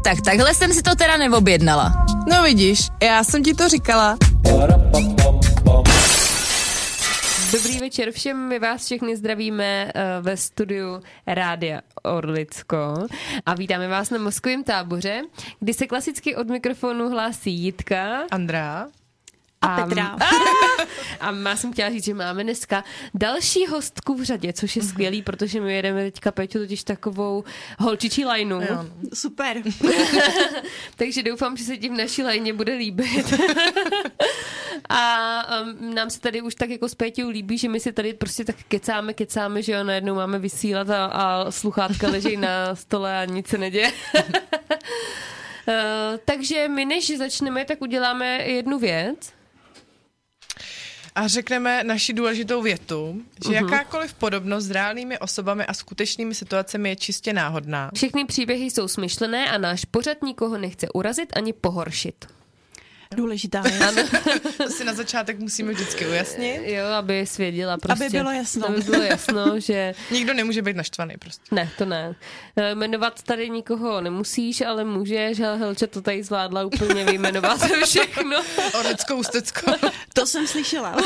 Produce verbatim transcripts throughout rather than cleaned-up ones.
Tak takhle jsem si to teda neobjednala. No vidíš, já jsem ti to říkala. Dobrý večer všem, my vás všechny zdravíme uh, ve studiu Rádia Orlicko a vítáme vás na Mozkovém táboře, kdy se klasicky od mikrofonu hlásí Jitka, Andrea a Petra. A, a má jsem chtěla říct, že máme dneska další hostku v řadě, což je skvělý, protože my jedeme teďka, Peťu, totiž takovou holčičí lajnu. Jo, super. Takže doufám, že se ti v naší lajně bude líbit. A um, nám se tady už tak jako s Péťou líbí, že my si tady prostě tak kecáme, kecáme, že jo, najednou máme vysílat a, a sluchátka leží na stole a nic se neděje. uh, takže my než začneme, tak uděláme jednu věc. A řekneme naši důležitou větu, že uh-huh. jakákoliv podobnost s reálnými osobami a skutečnými situacemi je čistě náhodná. Všechny příběhy jsou smyšlené a náš pořad nikoho nechce urazit ani pohoršit. Důležitá věc. To si na začátek musíme vždycky ujasnit. Jo, aby svěděla prostě. Aby bylo jasno. Aby bylo jasno, že... Nikdo nemůže být naštvaný prostě. Ne, to ne. Jmenovat tady nikoho nemusíš, ale můžeš. Helča to tady zvládla úplně vyjmenovat všechno. Orlicko, Ústecko. To jsem slyšela.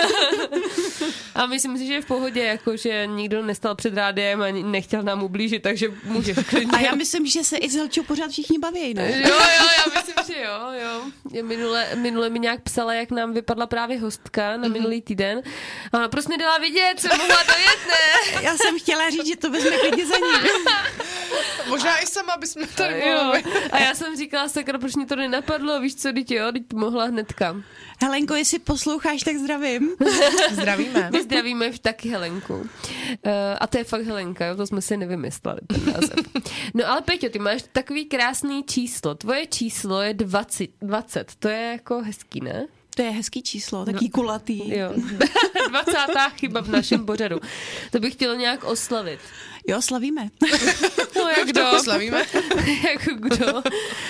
A myslím si, že je v pohodě, jako, že nikdo nestal před rádiem a nechtěl nám ublížit, takže můžeš klidně. A já myslím, že se i s Helčou pořád všichni baví, ne? Jo, jo, já myslím, že jo, jo. Minule, minule mi nějak psala, jak nám vypadla právě hostka na minulý týden. A ona prostě nedala vidět, co mohla dojet, ne? Já jsem chtěla říct, že to vezme klidně za ní. Možná i sama bychom tady mohli. A já jsem říkala, sakra, proč mě to nenapadlo, víš co, teď jo, teď mohla hnedka. Helenko, jestli posloucháš, tak zdravím. Zdravíme. My zdravíme taky Helenku. Uh, a to je fakt Helenka, jo, to jsme si nevymysleli, ten název. No ale Peťo, ty máš takový krásný číslo. Tvoje číslo je dvacet, dvacet. To je jako hezký, ne? To je hezký číslo, taký no, kulatý. Jo. dvacátá chyba v našem pořadu. To bych chtěla nějak oslavit. Jo, slavíme. No jak kdo? Slavíme. Jak kdo?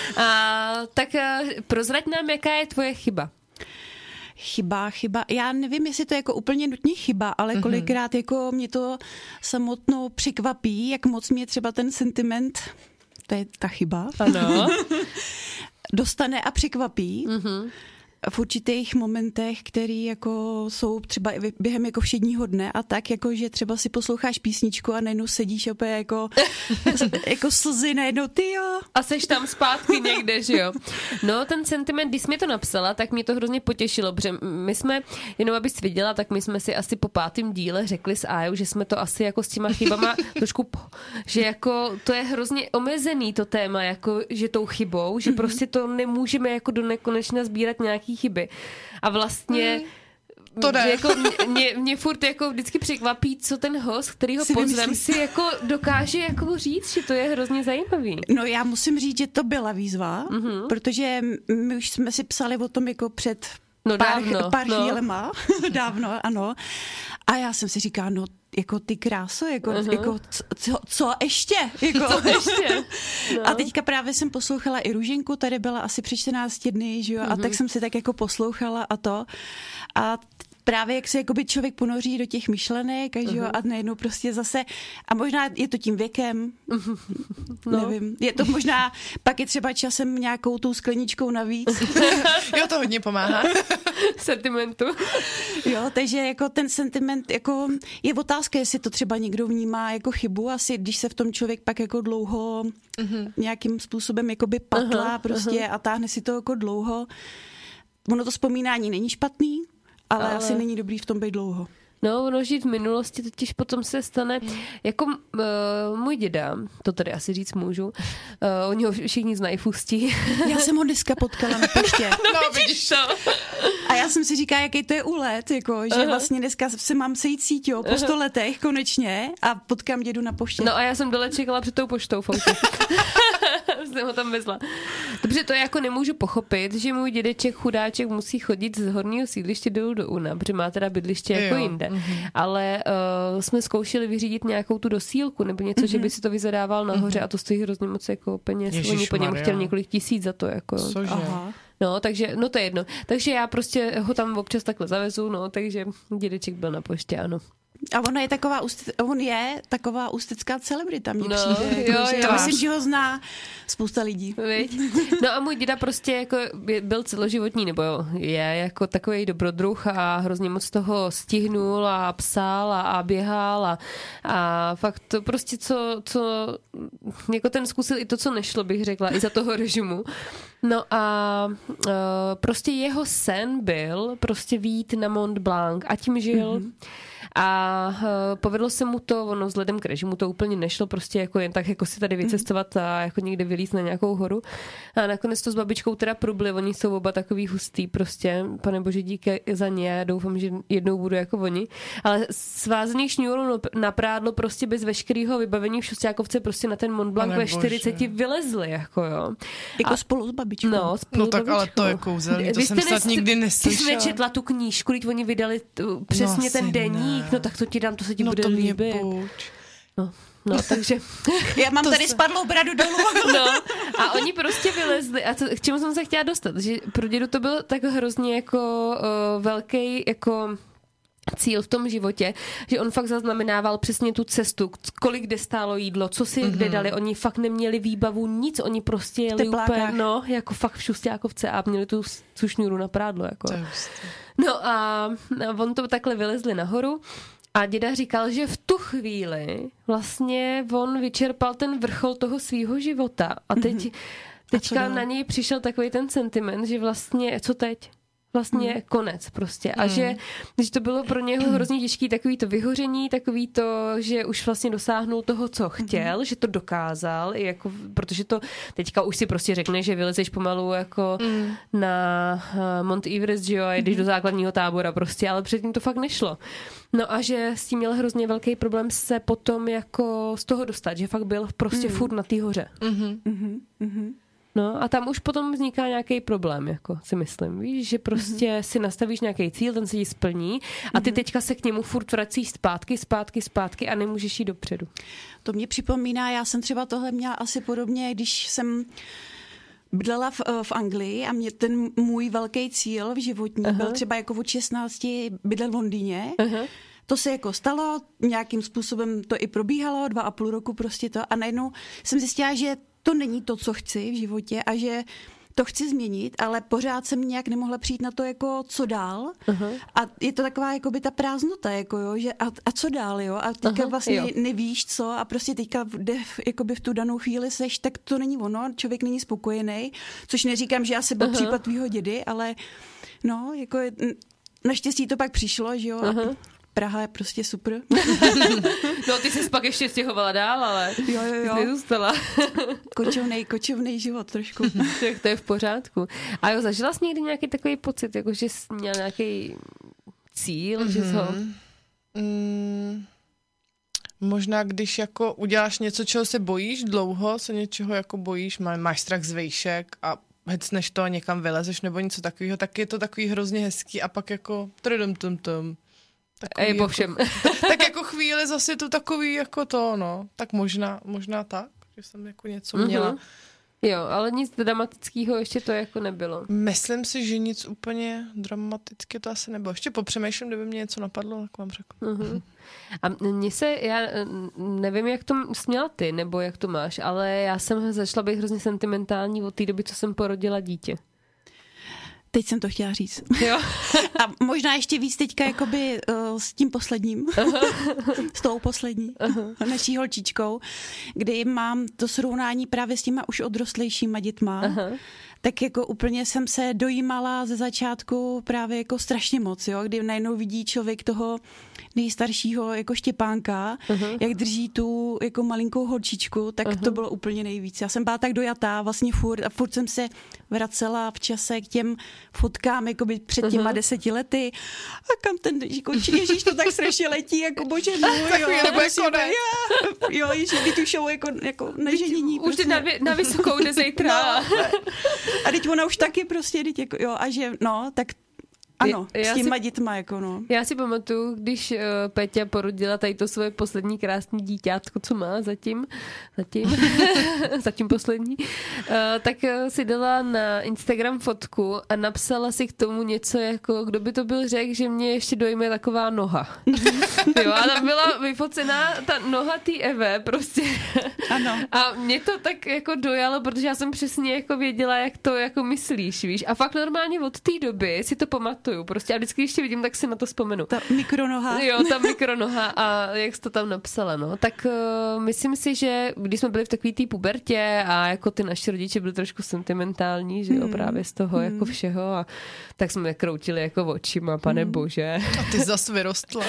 A, tak prozrať nám, jaká je tvoje chyba. Chyba, chyba. Já nevím, jestli to je jako úplně nutně chyba, ale mm-hmm. kolikrát jako mě to samotnou překvapí, jak moc mě třeba ten sentiment, to je ta chyba, ano. dostane a překvapí. Mm-hmm. V určitých momentech, který jako jsou třeba i během jako všedního dne a tak, jako že třeba si posloucháš písničku a najednou sedíš opět jako, jako slzy najednou, ty jo. A seš tam zpátky někde, že jo. No ten sentiment, když jsi mi to napsala, tak mě to hrozně potěšilo, protože my jsme, jenom abys viděla, tak my jsme si asi po pátém díle řekli s Ájou, že jsme to asi jako s těma chybama trošku, po, že jako to je hrozně omezený to téma, jako že tou chybou, že prostě to nemůžeme jako do nekonečna sbírat nějaký chyby. A vlastně mm, to jako mě, mě furt jako vždycky překvapí, co ten host, který ho pozvem, si jako dokáže jako říct, že to je hrozně zajímavý. No já musím říct, že to byla výzva, mm-hmm. protože my už jsme si psali o tom jako před no, pár, dávno, pár no. chvílema. Dávno, ano. A já jsem si říkala, no jako ty kráso, jako, uh-huh. jako co, co ještě? Jako. Co ještě? No. A teďka právě jsem poslouchala i Růženku, tady byla asi před čtrnácti dny, že jo, uh-huh. a tak jsem si tak jako poslouchala a to. A právě jak se jakoby člověk ponoří do těch myšlenek a, uh-huh. a najednou prostě zase, a možná je to tím věkem, no. nevím, je to možná, pak je třeba časem nějakou tou skleničkou navíc. Jo, to hodně pomáhá. Sentimentu. Jo, takže jako ten sentiment, jako je otázka, jestli to třeba někdo vnímá jako chybu, asi když se v tom člověk pak jako dlouho uh-huh. nějakým způsobem jakoby patlá uh-huh. prostě uh-huh. a táhne si to jako dlouho. Ono to vzpomínání není špatný, ale, ale asi není dobrý v tom být dlouho. No, ono žít v minulosti totiž potom se stane, jako uh, můj děda, to tady asi říct můžu, uh, oni ho všichni znají v Ústí. Já jsem ho dneska potkala na poště. No, vidíš to. A já jsem si říkala, jaký to je úlet, jako, že uh-huh. vlastně dneska se mám sejít síťo po sto letech konečně a potkám dědu na poště. No a já jsem dole čekala před tou poštou, fouky. Jsem ho tam vezla. Dobře, to jako nemůžu pochopit, že můj dědeček chudáček musí chodit z horního sídliště dolů do Una, protože má teda bydliště jako jo. jinde. Mm-hmm. Ale uh, jsme zkoušeli vyřídit nějakou tu dosílku nebo něco, mm-hmm. že by si to vyzadával nahoře mm-hmm. a to stojí hrozně moc jako peněz. Oni po něm chtěl několik tisíc za to. Jako. Cože? Aha. No, takže, no to je jedno. Takže já prostě ho tam občas takhle zavezu, no, takže dědeček byl na poště, ano. A ona je taková, on je taková ústecká celebrita, mně no, přijde. Jo, jako, jo, já myslím, že ho zná spousta lidí. Víď? No a můj děda prostě jako byl celoživotní, nebo je jako takový dobrodruh a hrozně moc toho stihnul a psal a, a běhal a, a fakt to prostě co, co jako ten zkusil i to, co nešlo, bych řekla, i za toho režimu. No a uh, prostě jeho sen byl prostě vyjít na Mont Blanc a tím žil. Mm-hmm. A uh, povedlo se mu to, ono vzhledem k režimu to úplně nešlo, prostě jako jen tak jako si tady vycestovat a jako někde vylízt na nějakou horu. A nakonec to s babičkou teda prubli, oni jsou oba takový hustý prostě, pane bože díky za ně, já doufám, že jednou budu jako oni. Ale svázaný šňůrou na prádlo prostě bez veškerého vybavení v šestákovce prostě na ten Mont Blanc ve čtyřiceti vylezli, jako jo. Jako a, spolu s babičkou. No, spolu no tak babičkou. ale to je kouzelný, to jsem snad nikdy neslyšela. Ty jsi nečetla tu knížku, když oni vydali tu, přesně no, ten deník, ne. no tak to ti dám, to se ti no, bude to líbit. No, no, takže... Já mám to tady se... spadlou bradu dolů. No, a oni prostě vylezli. A to, k čemu jsem se chtěla dostat? Že pro dědu to byl tak hrozně jako uh, velký jako cíl v tom životě, že on fakt zaznamenával přesně tu cestu, kolik kde stálo jídlo, co si mm-hmm. kde dali. Oni fakt neměli výbavu, nic. Oni prostě jeli úplně, no, jako fakt v šustákovce a měli tu, tu šňůru na prádlo. Jako. No a on to takhle vylezli nahoru a děda říkal, že v tu chvíli vlastně on vyčerpal ten vrchol toho svýho života a teď mm-hmm. teďka a na něj přišel takový ten sentiment, že vlastně, co teď? Vlastně mm. konec prostě. A mm. že, že to bylo pro něho hrozně těžký takový to vyhoření, takový to, že už vlastně dosáhnul toho, co chtěl, mm. že to dokázal, i jako, protože to teďka už si prostě řekne, že vylezeš pomalu jako mm. na Mount Everest, že jo, a jdeš mm. do základního tábora prostě, ale předtím to fakt nešlo. No a že s tím měl hrozně velký problém se potom jako z toho dostat, že fakt byl prostě mm. furt na té hoře. Mm-hmm. Mm-hmm. No a tam už potom vzniká nějaký problém, jako si myslím, víš, že prostě mm-hmm. si nastavíš nějaký cíl, ten se ti splní a ty mm-hmm. teďka se k němu furt vracíš zpátky, zpátky, zpátky a nemůžeš jít dopředu. To mě připomíná, já jsem třeba tohle měla asi podobně, když jsem bydlela v, v Anglii a mě ten můj velký cíl v životní Aha. byl třeba jako od šestnácti bydlet v Londýně. Aha. To se jako stalo, nějakým způsobem to i probíhalo, dva a půl roku prostě to a najednou jsem zjistila, že to není to, co chci v životě a že to chci změnit, ale pořád jsem nějak nemohla přijít na to, jako co dál. Uh-huh. A je to taková jako by ta prázdnota, jako jo, že a, a co dál, jo, a teďka uh-huh, vlastně jo. nevíš co a prostě teďka jakoby v tu danou chvíli seš, tak to není ono, člověk není spokojený, což neříkám, že asi byl uh-huh. případ tvýho dědy, ale no, jako naštěstí to pak přišlo, že jo, uh-huh. Praha je prostě super. No, ty jsi pak ještě stěhovala dál, ale jo, jo, jo. Ty nezůstala. kočovnej, kočovnej život trošku. Tak to je v pořádku. A jo, zažila jsi někdy nějaký takový pocit, jako že jsi měla nějaký cíl, mm-hmm. že jsi ho... Mm, možná, když jako uděláš něco, čeho se bojíš dlouho, se něčeho jako bojíš, má, máš strach z vejšek a hecneš to a někam vylezeš nebo něco takového, tak je to takový hrozně hezký a pak jako trdum tum tum. Ej, po všem. Jako, tak jako chvíli zase to takový jako to, no. Tak možná, možná tak, že jsem jako něco měla. Mm-hmm. Jo, ale nic dramatického ještě to jako nebylo. Myslím si, že nic úplně dramatické to asi nebylo. Ještě popřemýšlím, kdyby mě něco napadlo, tak vám řeknu. Mm-hmm. A mně se, já nevím, jak to směla ty, nebo jak to máš, ale já jsem začala být hrozně sentimentální od té doby, co jsem porodila dítě. Teď jsem to chtěla říct. Jo. A možná ještě víc teďka jakoby uh, s tím posledním, s tou poslední, uh-huh. naší holčičkou, kdy mám to srovnání právě s těma už odrostlejšíma dětma, uh-huh. tak jako úplně jsem se dojímala ze začátku právě jako strašně moc, jo, kdy najednou vidí člověk toho nejstaršího jako Štěpánka, uh-huh. jak drží tu jako malinkou holčičku, tak uh-huh. to bylo úplně nejvíc. Já jsem byla tak dojatá vlastně furt a furt jsem se vracela v čase k těm fotkám jakoby před těma uh-huh. deseti lety a kam ten končí, ježíš, to tak strašně letí, jako bože můj, jo, nebo jako ne. Jo, ježíš, ty tu show jako, jako neženění. Už prostě. ty na, na vysokou jde zítra. No, a teď ona už taky prostě, teď jako, jo, a že, no, tak Ano, Já s těma si- dětma, jako no. Já si pamatuju, když uh, Péťa porodila tady to svoje poslední krásné díťátko, co má zatím, zatím, zatím poslední, uh, tak uh, si dala na Instagram fotku a napsala si k tomu něco jako, kdo by to byl řekl, že mě ještě dojme taková noha. Jo, a tam byla vyfocená ta noha té Eve prostě. Ano. A mě to tak jako dojalo, protože já jsem přesně jako věděla, jak to jako myslíš, víš. A fakt normálně od té doby si to pamatuju. Prostě a vždycky, když tě vidím, tak si na to vzpomenu. Ta mikronoha. Jo, ta mikronoha a jak jsi to tam napsala, no. Tak uh, myslím si, že když jsme byli v takový té pubertě a jako ty naši rodiče byli trošku sentimentální, že jo, Hmm. právě z toho jako všeho a tak jsme kroutili jako očima, pane Hmm. bože. A ty zas vyrostla.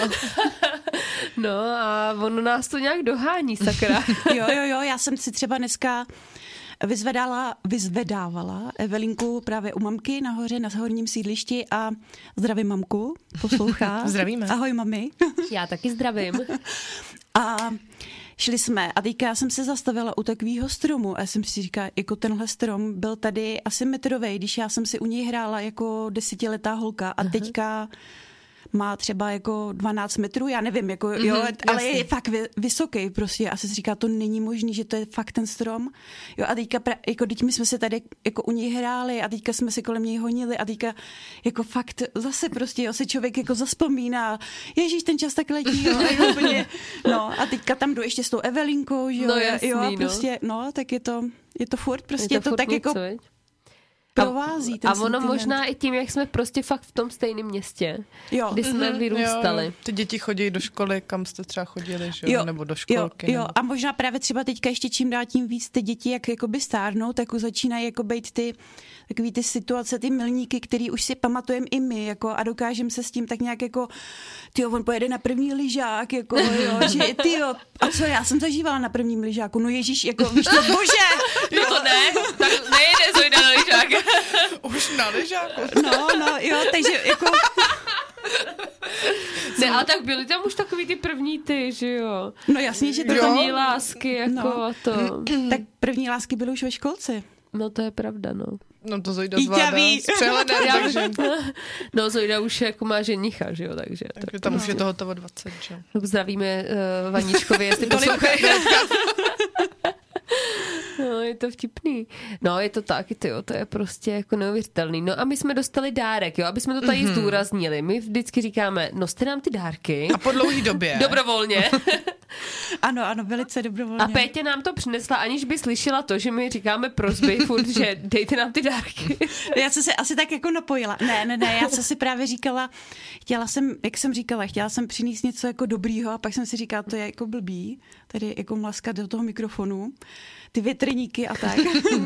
No a ono nás to nějak dohání, sakra. Jo, jo, jo, já jsem si třeba dneska vyzvedala, vyzvedávala Evelinku právě u mamky nahoře na horním sídlišti a zdravím mamku, poslouchá. Zdravíme. Ahoj mami. Já taky zdravím. A šli jsme a teďka já jsem se zastavila u takového stromu a já jsem si říkala, jako tenhle strom byl tady asi metrovej, když já jsem si u něj hrála jako desetiletá holka a teďka má třeba jako dvanáct metrů, já nevím, jako, jo, Mhm, ale jasně. je fakt vy, vysoký prostě a se si říká, to není možný, že to je fakt ten strom. Jo a teďka, pra, jako teď my jsme se tady jako u něj hráli a teďka jsme se kolem něj honili a teďka jako fakt zase prostě, jo, se člověk jako zaspomíná, ježíš, ten čas tak letí, jo, a jo, úplně, no a teďka tam jdu ještě s tou Evelinkou, že jo, No jasný, jo, a no. prostě, no, tak je to, je to furt, prostě Je je to, furt tak něco, jako veď? provází ten A ono sentiment. možná i tím, jak jsme prostě fakt v tom stejném městě, Jo. kdy jsme Mhm, vyrůstali. Jo, ty děti chodí do školy, kam jste třeba chodili, že jo? Nebo do školky. Jo, jo, nebo... a možná právě třeba teďka ještě čím dál tím víc ty děti, jak jakoby stárnou, tak už začínají jako být ty takový ty situace, ty milníky, který už si pamatujeme i my, jako a dokážeme se s tím tak nějak jako, tyjo, on pojede na první lyžák, jako, jo, že tyjo, a co já jsem zažívala na prvním lyžáku, no ježíš, jako, víš to, bože, No to ne, tak nejde Zojda na lyžák. Už na lyžáku. no, no, jo, takže jako, Ne, ale tak byly tam už takový ty první ty, že jo? no jasně, že to Jo. tam První lásky, jako No. a to. tak první lásky byly už ve školce. No to je pravda, no. No to Zojda Jíťa zvládá ví. s přehledem, Já takže, No Zojda už jako má ženicha, že jo, takže. takže tam už je to hotovo dvacet, že jo. Tak zdravíme uh, Vaničkovi, jestli poslouchají. No, je to vtipný. No, je to taky, tyjo, to je prostě jako neuvěřitelný. No a my jsme dostali dárek, jo, aby jsme to tady mm-hmm. zdůraznili. My vždycky říkáme, noste nám ty dárky. A po dlouhý době. Dobrovolně. Ano, ano, velice dobrovolně. A Pétě nám to přinesla, aniž by slyšela to, že my říkáme prosby furt, že dejte nám ty dárky. Já jsem se asi tak jako napojila. Ne, ne, ne, já jsem si právě říkala, chtěla jsem, jak jsem říkala, chtěla jsem přinést něco jako dobrýho a pak jsem si říkala, to je jako blbý, tady jako mlaskat do toho mikrofonu, ty větrníky a tak.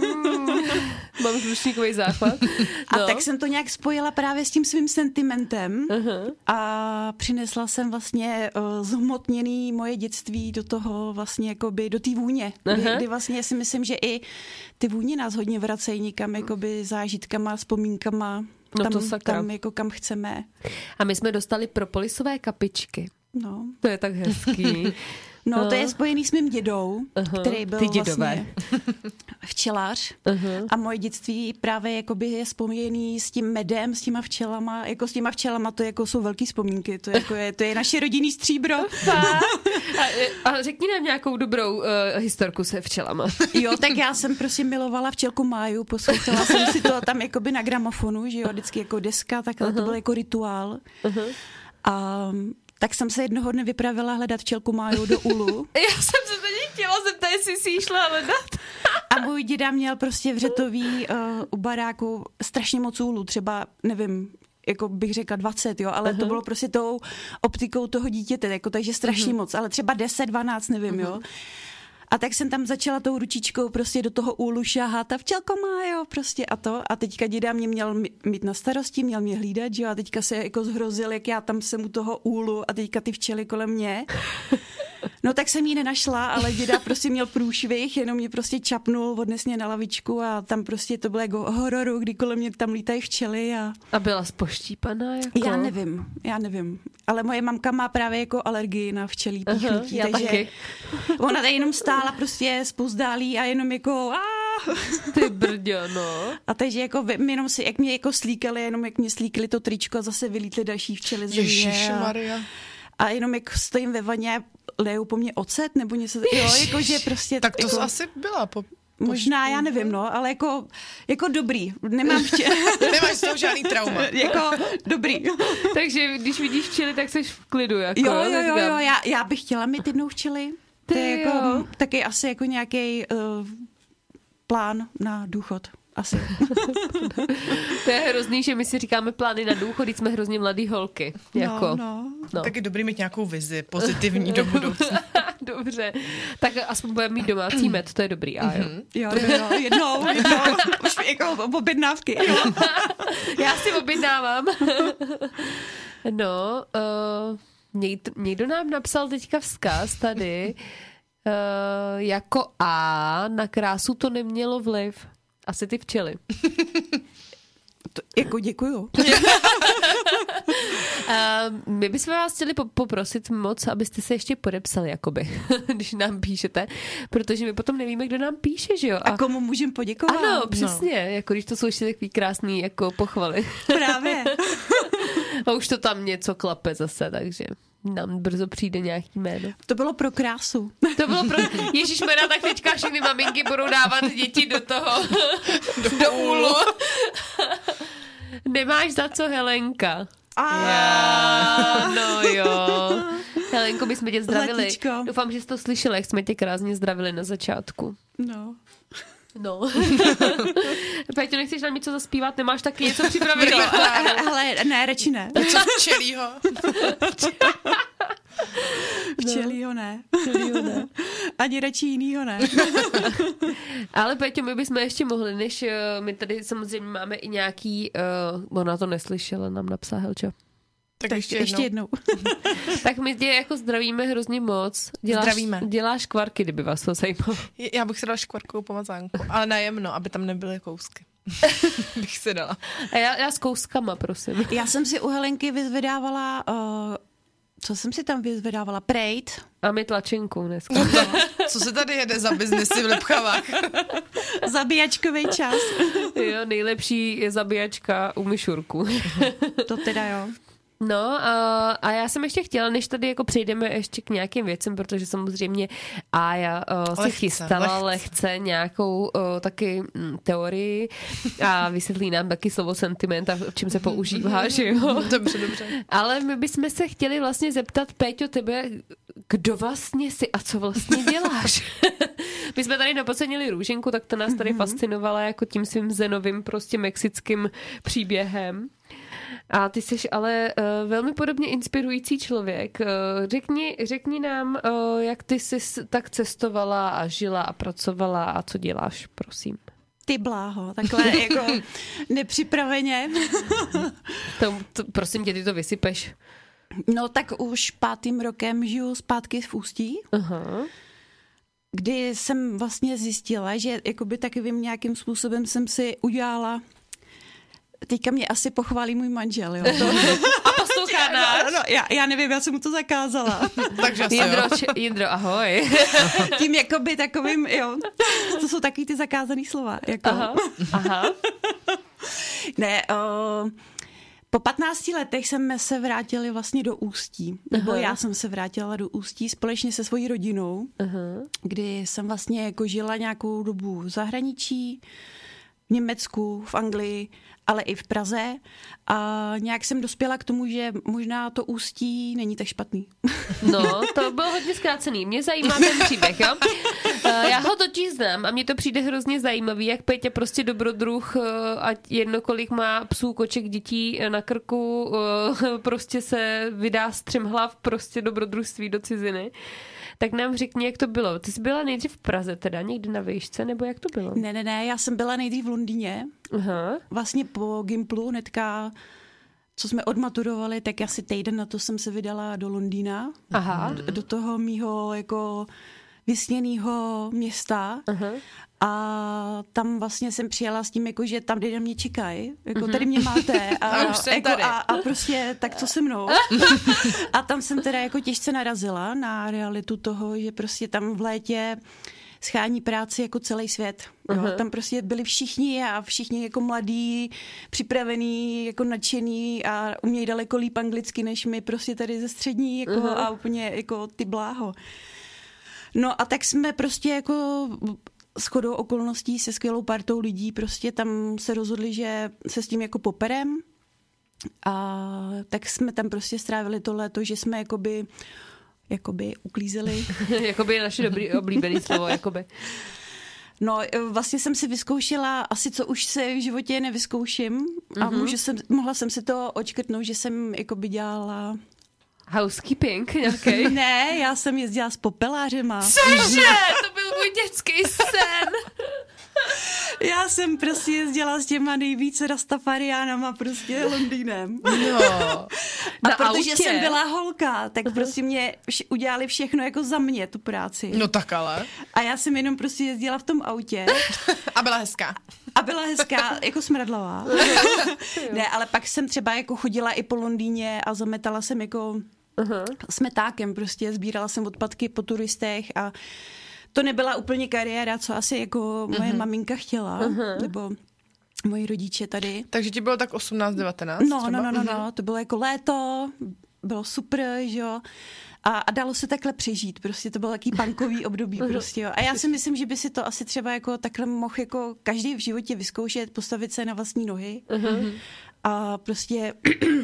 Mám žlučníkový záchvat. A No. tak jsem to nějak spojila právě s tím svým sentimentem Uh-huh. a přinesla jsem vlastně uh, zhmotněný moje dětství do toho vlastně jakoby do té vůně, kdy, Aha. kdy vlastně si myslím, že i ty vůně nás hodně vracejí někam jakoby zážitkama, vzpomínkama, No tam, to sakra. tam jako kam chceme. A my jsme dostali propolisové kapičky. No. To je tak hezký. No, No. to je spojený s mým dědou, Aha, který byl ty dědové. vlastně včelař Uh-huh. a moje dětství právě jakoby je spojený s tím medem, s těma včelama, jako s těma včelama, to jako jsou velký vzpomínky, to, jako je, to je naše rodinný stříbro. A, a řekni nám nějakou dobrou uh, historku se včelama. Jo, tak já jsem prostě milovala včelku Máju, poslouchala jsem si to tam jakoby na gramofonu, že jo, vždycky jako deska, takhle uh-huh. to byl jako rituál. Uh-huh. A tak jsem se jednoho dne vypravila hledat včelku Máju do Ulu. Já jsem se teď chtěla zeptat, jestli si ji šla hledat. A můj děda měl prostě v Řetový uh, u baráku strašně moc úlů, třeba, nevím, jako bych řekla dvacet, jo, ale uh-huh. to bylo prostě tou optikou toho dítěte, jako, takže strašně uh-huh. moc, ale třeba deset, dvanáct, nevím, uh-huh. jo. A tak jsem tam začala tou ručičkou prostě do toho úlu šahat a včelko má, jo, prostě a to. A teďka děda mě měl mít na starosti, měl mě hlídat, jo, a teďka se jako zhrozil, jak já tam jsem u toho úlu a teďka ty včely kolem mě. No tak jsem ji nenašla, ale děda prostě měl průšvih, jenom mě prostě čapnul, odnes mě na lavičku a tam prostě to bylo jako hororu, kdy kolem mě tam lítají včely a... A byla spoštípaná jako? Já nevím, já nevím. Ale moje mamka má právě jako alergii na včelí píchnutí, já takže taky. ona tady jenom stála prostě spouzdálí a jenom jako a Ty brďo, no. A takže jako vy- jenom si, jak mě jako slíkali, jenom jak mě slíkali to tričko a zase vylítly další včely ze mě. Ježišmarja. A jenom jak stojím ve vaně, lejou po mně ocet, nebo něco, jo, jakože prostě. Tak to jako, asi byla po... možná, já nevím, no, ale jako, jako dobrý. Nemám vče... Nemáš z toho žádný trauma. jako dobrý. Takže když vidíš včely, tak jsi v klidu, jako. Jo, jo, jo, jo, já, já bych chtěla mít jednou včely. To je Ty jako, jo. taky asi jako nějaký uh, plán na důchod. Asi. To je hrozný, že my si říkáme plány na důchod, jsme hrozně mladý holky. Jako. No, no. No. Tak je dobrý mít nějakou vizi pozitivní do budoucna. Dobře, tak aspoň budeme mít domácí med, to je dobrý. A jo. Jo, jo, jo, jednou, jednou, už jako objednávky. Já si objednávám. No, uh, někdo, někdo nám napsal teďka vzkaz tady, uh, jako A, na krásu to nemělo vliv. Asi ty včely. To, jako děkuju. Uh, my bychom vás chtěli po- poprosit moc, abyste se ještě podepsali, jakoby, když nám píšete, protože my potom nevíme, kdo nám píše, že jo? A komu můžem poděkovat? Ano, přesně, no. Jako když to jsou ještě takový krásný jako pochvaly. Právě. A už to tam něco klape zase, takže nám brzo přijde nějaký jméno. To bylo pro krásu. To bylo pro... Ježišmarja, tak teďka všechny maminky budou dávat děti do toho, do, do úlu. Nemáš za co, Helenka. Já, no jo. Helenko, my jsme tě zdravili. Zlatíčko. Doufám, že jsi to slyšela, jak jsme tě krásně zdravili na začátku. No. No. Péťo, nechceš nám něco zaspívat? Nemáš taky něco připraveného? Ale ne, radši ne. Co včelýho? Včelýho ne. Včelýho ne. Ani radši jinýho ne. Ale Péťo, my bychom ještě mohli, než uh, my tady samozřejmě máme i nějaký, uh, ona to neslyšela, nám napsala Helča. Tak, Tak ještě, ještě jednou. jednou. Tak my tě jako zdravíme hrozně moc. Děláš, Zdravíme. Děláš kvarky, kdyby vás to zajímalo. Já bych si dala škvarkovou pomazánku, ale najemno, aby tam nebyly kousky. bych si dala. A já, já s kouskama, prosím. Já jsem si u Helenky vyzvedávala, uh, co jsem si tam vyzvedávala? Prejt. A my tlačenkou dneska. Co se tady jede za biznesy v Lipchavách? Zabíjačkový čas. Jo, nejlepší je zabíjačka u myšurku. To teda jo. No a, a já jsem ještě chtěla, než tady jako přejdeme ještě k nějakým věcem, protože samozřejmě Ája uh, se Lehce, chystala lehce. lehce nějakou uh, taky mm, teorii a vysvětlí nám taky slovo sentiment a v čem se používá, že jo? Dobře, dobře. Ale my bychom se chtěli vlastně zeptat, Péťo, tebe, kdo vlastně jsi a co vlastně děláš? My jsme tady napocenili Růženku, tak to nás tady fascinovala jako tím svým zenovým prostě mexickým příběhem. A ty jsi ale uh, velmi podobně inspirující člověk. Uh, řekni, řekni nám, uh, jak ty jsi tak cestovala a žila a pracovala a co děláš, prosím. Ty bláho, takhle jako nepřipraveně. To, to, prosím tě, ty to vysypeš. No tak už pátým rokem žiju zpátky v Ústí, Aha. kdy jsem vlastně zjistila, že jakoby takovým nějakým způsobem jsem si udělala. Teďka mě asi pochválí můj manžel, jo. To... A poslouchá nás. No, no, já, já nevím, já jsem mu to zakázala. Takže asi Jindro, jo. č- Jindro, ahoj. Tím jakoby takovým, jo. To jsou takový ty zakázaný slova. Jako. Aha, aha. Ne, uh, po patnácti letech jsme se vrátili vlastně do Ústí. Nebo Aha. já jsem se vrátila do Ústí společně se svojí rodinou, Aha. kdy jsem vlastně jako žila nějakou dobu v zahraničí, v Německu, v Anglii, ale i v Praze. A nějak jsem dospěla k tomu, že možná to Ústí není tak špatný. No, to bylo hodně zkrácený. Mě zajímá ten příběh, jo? Uh, já ho totiž znám a mně to přijde hrozně zajímavý, jak Péťa prostě dobrodruh, uh, ať jedno kolik má psů, koček, dětí na krku, uh, prostě se vydá střemhlav prostě dobrodružství do ciziny. Tak nám řekni, jak to bylo. Ty jsi byla nejdřív v Praze teda, někdy na výšce, nebo jak to bylo? Ne, ne, ne, já jsem byla nejdřív v Londýně. Aha. Vlastně po Gimplu hnedka, co jsme odmaturovali, tak asi týden na to jsem se vydala do Londýna. Aha. Do toho mýho jako vysněného města. Aha. A tam vlastně jsem přijela s tím, jako, že tam lidé mě čekají, jako tady mě máte a, A už jsem jako, tady. a, a prostě tak co se mnou. A tam jsem teda jako těžce narazila na realitu toho, že prostě tam v létě schání práci jako celý svět. Jo. Uh-huh. Tam prostě byli všichni a všichni jako mladí, připravení, jako nadšený a umějí daleko líp anglicky, než my prostě tady ze střední jako, uh-huh. a úplně jako ty bláho. No a tak jsme prostě jako shodou okolností se skvělou partou lidí prostě tam se rozhodli, že se s tím jako poperem a tak jsme tam prostě strávili to léto, že jsme jakoby jakoby uklízeli. Jakoby naše dobrý oblíbený slovo, jakoby. No, vlastně jsem si vyzkoušela asi, co už se v životě nevyzkouším a mm-hmm. můžu jsem, mohla jsem si to očkrtnout, že jsem jakoby dělala... Housekeeping nějaký? Ne, já jsem jezdila s popelářema. Cože? To byl můj dětský sen. Já jsem prostě jezdila s těma nejvíce rastafariánama prostě Londýnem. No. A Na protože autě? jsem byla holka, tak uh-huh. prostě mě vš- udělali všechno jako za mě, tu práci. No tak ale. A já jsem jenom prostě jezdila v tom autě. A byla hezká. A byla hezká, jako smradlavá. Ne, ale pak jsem třeba jako chodila i po Londýně a zametala jsem jako uh-huh. smetákem prostě, sbírala jsem odpadky po turistech a to nebyla úplně kariéra, co asi jako moje uh-huh. maminka chtěla, uh-huh. nebo moji rodiče tady. Takže ti bylo tak osmnáct devatenáct? No, no, no, no, no, to bylo jako léto, bylo super, že jo. A, a dalo se takhle přežít, prostě to bylo taký punkový období prostě, jo. A já si myslím, že by si to asi třeba jako takhle mohl jako každý v životě vyzkoušet, postavit se na vlastní nohy uh-huh. a prostě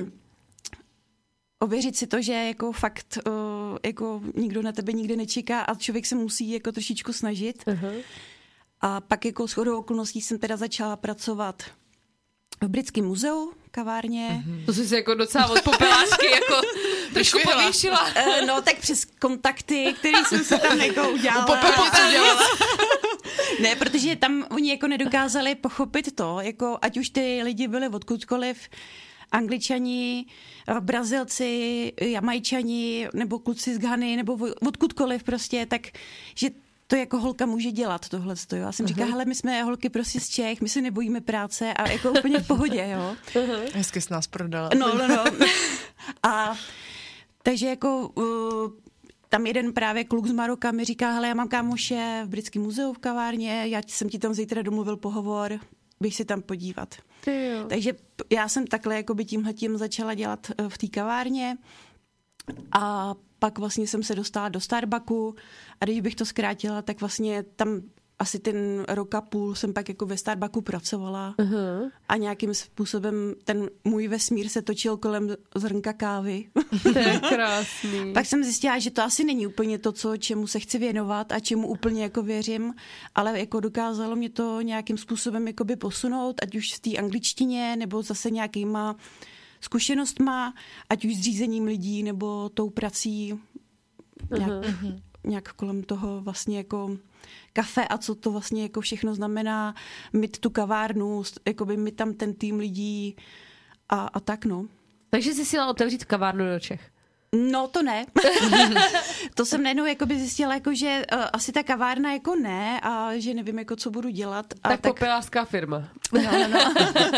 ověřit si to, že jako fakt uh, jako nikdo na tebe nikdy nečeká a člověk se musí jako trošičku snažit. Uh-huh. A pak jako shodou okolností jsem teda začala pracovat v Britském muzeu, kavárně. Mm-hmm. To jsi si jako docela od popelářky jako trošku povýšila. Uh, no tak přes kontakty, který jsem se tam jako udělala. U Popelářky udělala. Ne, protože tam oni jako nedokázali pochopit to, jako ať už ty lidi byli odkudkoliv, Angličani, Brazilci, Jamajčani, nebo kluci z Ghany, nebo odkudkoliv prostě, tak že to jako holka může dělat tohle. Jo. Já jsem uh-huh. říkala, hele, my jsme holky prostě z Čech, my se nebojíme práce a jako úplně v pohodě, jo. Uh-huh. Hezky jsi nás prodala. No, no, no. A takže jako uh, tam jeden právě kluk z Maroka mi říká, hele, já mám kámoše v Britském muzeu v kavárně, já jsem ti tam zítra domluvil pohovor, běž si tam podívat. Takže já jsem takhle jakoby tímhletím začala dělat v té kavárně a pak vlastně jsem se dostala do Starbucku a když bych to zkrátila, tak vlastně tam asi ten rok a půl jsem pak jako ve Starbucku pracovala uh-huh. a nějakým způsobem ten můj vesmír se točil kolem zrnka kávy. To je krásný. Pak jsem zjistila, že to asi není úplně to, co, čemu se chci věnovat a čemu úplně jako věřím, ale jako dokázalo mě to nějakým způsobem jakoby posunout, ať už v té angličtině nebo zase nějakýma zkušenostma, ať už s řízením lidí nebo tou prací nějak, uh-huh. nějak kolem toho vlastně jako kafe a co to vlastně jako všechno znamená mít tu kavárnu, jakoby mít tam ten tým lidí a, a tak no. Takže jsi si jela otevřít kavárnu do Čech? No to ne. To jsem najednou jakoby zjistila, jako, že uh, asi ta kavárna jako ne a že nevím, jako, co budu dělat. A tak tak popelářská firma. No, no, no.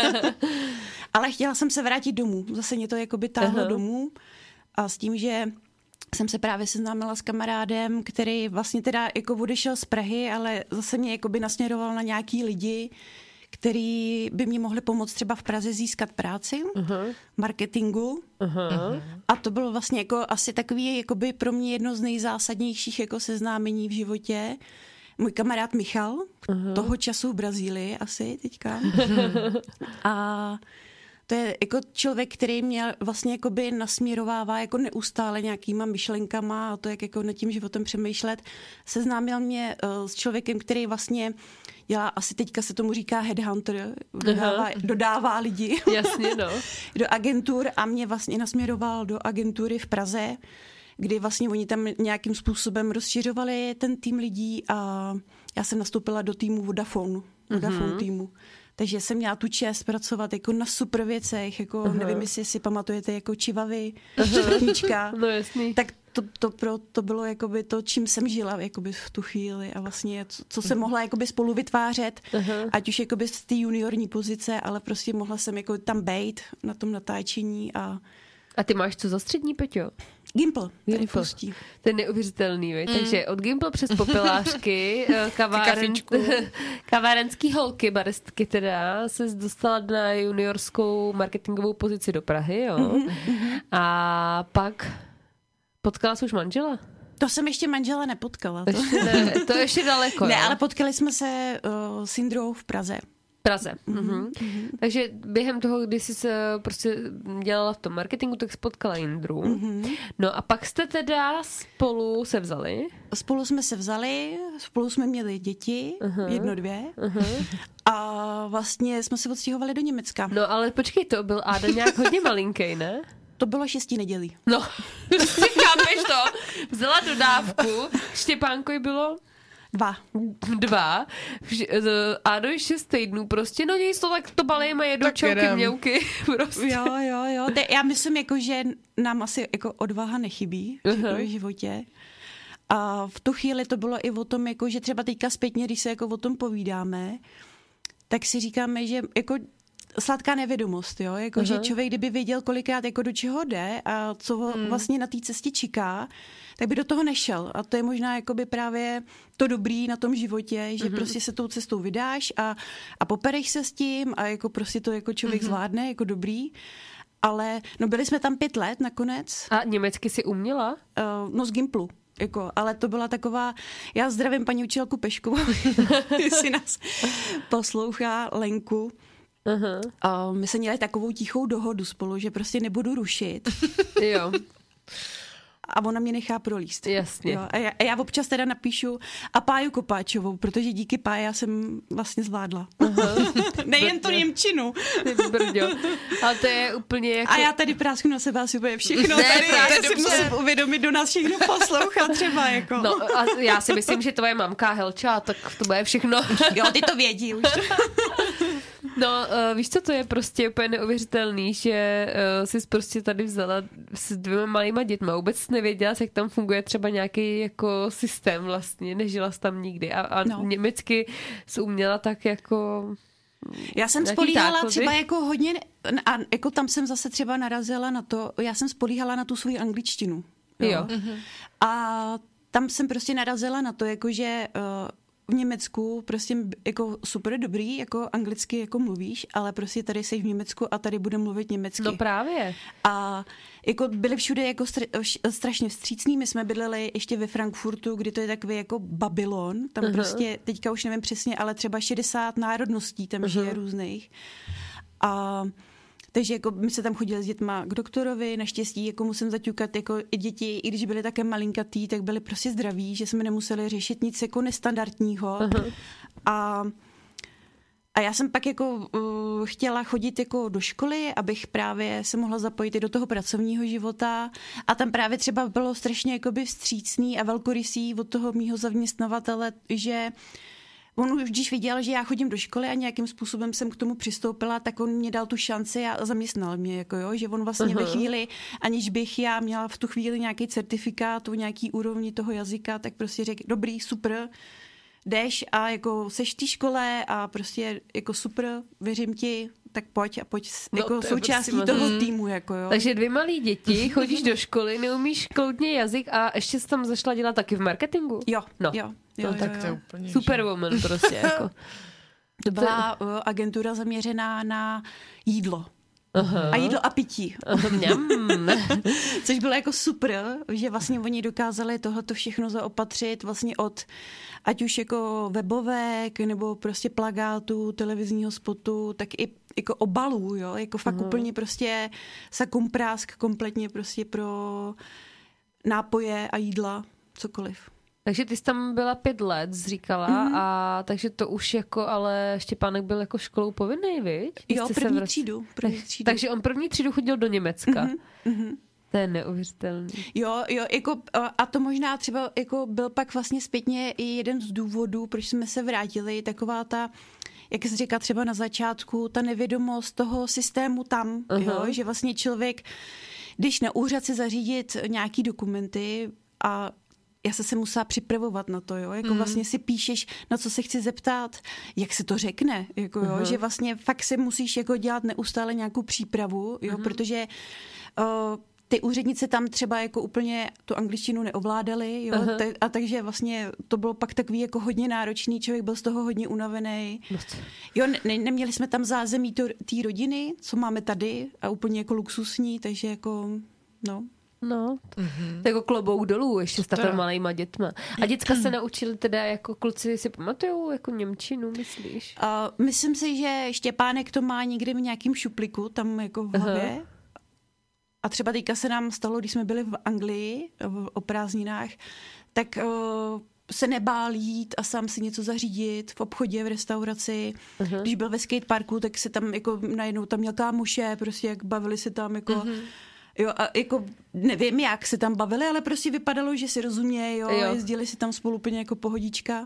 Ale chtěla jsem se vrátit domů. Zase mě to jakoby táhlo uh-huh. domů a s tím, že jsem se právě seznámila s kamarádem, který vlastně teda jako odešel z Prahy, ale zase mě jakoby nasměroval na nějaký lidi, který by mě mohli pomoct třeba v Praze získat práci, uh-huh. marketingu. Uh-huh. A to bylo vlastně jako asi takový jakoby pro mě jedno z nejzásadnějších jako seznámení v životě. Můj kamarád Michal, uh-huh. toho času v Brazílii asi teďka. Uh-huh. A to je jako člověk, který mě vlastně jakoby nasměrovává jako neustále nějakýma myšlenkama a to, jak jako nad tím životem přemýšlet. Seznámil mě uh, s člověkem, který vlastně dělá, asi teďka se tomu říká headhunter, dodává, dodává lidi Jasně, no. do agentur a mě vlastně nasměroval do agentury v Praze, kdy vlastně oni tam nějakým způsobem rozšiřovali ten tým lidí a já jsem nastoupila do týmu Vodafone, Vodafone mm-hmm. týmu. Takže jsem měla tu čest pracovat jako na super věcech, jako uh-huh. nevím, jestli si pamatujete, jako čivavy, štětnička. No jasný. Tak to, to, pro, to bylo jakoby to, čím jsem žila jakoby v tu chvíli a vlastně co, co jsem mohla jakoby spolu vytvářet, uh-huh. ať už jakoby z té juniorní pozice, ale prostě mohla jsem jako tam bejt na tom natáčení a A ty máš co za střední, Peťo? Gimple. Gimple. To je neuvěřitelný, vej. Mm. Takže od Gimple přes popelářky, kaváren, kavárenský holky, baristky teda, se dostala na juniorskou marketingovou pozici do Prahy, jo. Mm-hmm. A pak potkala jsi už manžela? To jsem ještě manžela nepotkala. To, ještě ne, to ještě daleko. Ne, jo? ale potkali jsme se uh, s Indrou v Praze. Praze. Mm-hmm. Mm-hmm. Takže během toho, kdy jsi se prostě dělala v tom marketingu, tak spotkala Indru. Mm-hmm. No a pak jste teda spolu se vzali? Spolu jsme se vzali, spolu jsme měli děti, uh-huh. jedno, dvě. Uh-huh. A vlastně jsme se odstěhovali do Německa. No ale počkej, to byl Áda nějak hodně malinký, ne? To bylo šestí nedělí. No, si chápeš to? Vzala dodávku, Štěpánkovi bylo... Dva. Dva. Ádo je šest týdnů, prostě, no nic to tak to balejme, jedu čauky, mňauky, prostě. Jo, jo, jo. Te, já myslím, jako, že nám asi jako odvaha nechybí uh-huh. v životě. A v tu chvíli to bylo i o tom, jako, že třeba teďka zpětně, když se jako o tom povídáme, tak si říkáme, že jako sladká nevědomost, jo, jako, uh-huh. že člověk, kdyby věděl, kolikrát jako do čeho jde a co ho hmm. vlastně na té cestě čeká, tak by do toho nešel. A to je možná jakoby právě to dobrý na tom životě, že uh-huh. prostě se tou cestou vydáš a, a popereš se s tím a jako prostě to jako člověk uh-huh. zvládne, jako dobrý. Ale no byli jsme tam pět let nakonec. A německy si uměla? Uh, no z Gimplu. Jako, ale to byla taková, já zdravím paní učitelku Peškovou, jestli nás poslouchá, Lenku. Uh-huh. A my jsme měli takovou tichou dohodu spolu, že prostě nebudu rušit. Jo. A ona mě nechá prolíst. Jasně. Jo. A, já, a já občas teda napíšu a Páju Kopáčovou, protože díky Páji já jsem vlastně zvládla. Uh-huh. Nejen to němčinu. Brďo. A to je úplně jako... A já tady prásknu na sebe asi úplně všechno. Ne, tady, tady si musím uvědomit, do nás všechno poslouchat třeba. Jako. No a já si myslím, že tvoje mamka Helča, tak to bude všechno. Jo, ty to vědí už. No, uh, víš, co to je prostě úplně neuvěřitelný, že uh, jsi prostě tady vzala s dvěma malýma dětma. Vůbec nevěděla, jak tam funguje třeba nějaký jako systém vlastně, nežila jsi tam nikdy. A, a no. německy jsi uměla tak jako... Já jsem spolíhala tákozy. Třeba jako hodně, a jako tam jsem zase třeba narazila na to, já jsem spolíhala na tu svou angličtinu. Jo. jo. Mm-hmm. A tam jsem prostě narazila na to, jakože... Uh, v Německu prostě jako super dobrý, jako anglicky jako mluvíš, ale prostě tady jsi v Německu a tady bude mluvit německy. No právě. A jako byli všude jako stra- strašně vstřícní, my jsme bydleli ještě ve Frankfurtu, kdy to je takový jako Babylon, tam uh-huh. prostě, teďka už nevím přesně, ale třeba šedesát národností tam uh-huh. žije různých. A takže jako my se tam chodili s dětma k doktorovi, naštěstí jako musím zaťukat, jako i děti, i když byly také malinkatý, tak byly prostě zdraví, že jsme nemuseli řešit nic jako nestandardního. Uh-huh. A, a já jsem pak jako uh, chtěla chodit jako do školy, abych právě se mohla zapojit i do toho pracovního života a tam právě třeba bylo strašně jakoby vstřícný a velkorysý od toho mýho zaměstnavatele, že on už když viděl, že já chodím do školy a nějakým způsobem jsem k tomu přistoupila, tak on mě dal tu šanci a zaměstnal mě, jako jo, že on vlastně uh-huh. ve chvíli, aniž bych já měla v tu chvíli nějaký certifikát o nějaký úrovni toho jazyka, tak prostě řekl, dobrý, super, jdeš a jako seš v té škole a prostě jako super, věřím ti, tak pojď a pojď no, jako to součástí prostě toho hmm. týmu. Jako, jo. Takže dvě malí děti, chodíš do školy, neumíš kloudně jazyk a ještě jsi tam zašla dělat taky v marketingu? Jo, no. jo. jo, no, jo tak jo, to jo. je úplně superwoman prostě. Jako. To byla uh, agentura zaměřená na jídlo. Aha. A jídlo a pití. Což bylo jako super, že vlastně oni dokázali tohleto všechno zaopatřit vlastně od ať už jako webovek nebo prostě plakátů, televizního spotu, tak i jako obalů, jo, jako fakt uh-huh. úplně prostě sakumprásk kompletně prostě pro nápoje a jídla, cokoliv. Takže ty jsi tam byla pět let, jsi říkala, mm. a takže to už jako, ale Štěpánek byl jako školou povinný, viď? Jo, první vr... třídu, první třídu. Takže on první třídu chodil do Německa. Mm-hmm. To je neuvěřitelný. Jo, jo, jako, a to možná třeba jako byl pak vlastně zpětně i jeden z důvodů, proč jsme se vrátili, taková ta, jak jsi říká třeba na začátku, ta nevědomost toho systému tam, uh-huh. jo, že vlastně člověk, když na úřad si zařídit nějaký dokumenty a já se se musela připravovat na to, jo, jako mm. vlastně si píšeš, na co se chci zeptat, jak se to řekne, jako jo, uh-huh. že vlastně fakt si musíš jako dělat neustále nějakou přípravu, jo, uh-huh. protože uh, ty úřednice tam třeba jako úplně tu angličtinu neovládaly, jo, uh-huh. te, a takže vlastně to bylo pak takový jako hodně náročný, člověk byl z toho hodně unavený. Jo, ne, neměli jsme tam zázemí té rodiny, co máme tady a úplně jako luxusní, takže jako, no... No, mm-hmm. jako klobouk dolů ještě s takhle malejma dětma. A děcka se naučili teda jako kluci si pamatujou jako němčinu, myslíš? Uh, myslím si, že Štěpánek to má někde v nějakým šupliku, tam jako v hlavě. Uh-huh. A třeba teďka se nám stalo, když jsme byli v Anglii v, o prázdninách, tak uh, se nebál jít a sám si něco zařídit v obchodě, v restauraci. Uh-huh. Když byl ve skateparku, tak se tam jako najednou tam měl kámoše, prostě jak bavili se tam jako... Uh-huh. Jo, a jako nevím, jak se tam bavili, ale prostě vypadalo, že si rozumějí, jo, jo. Jezdili si tam spolu úplně jako pohodička.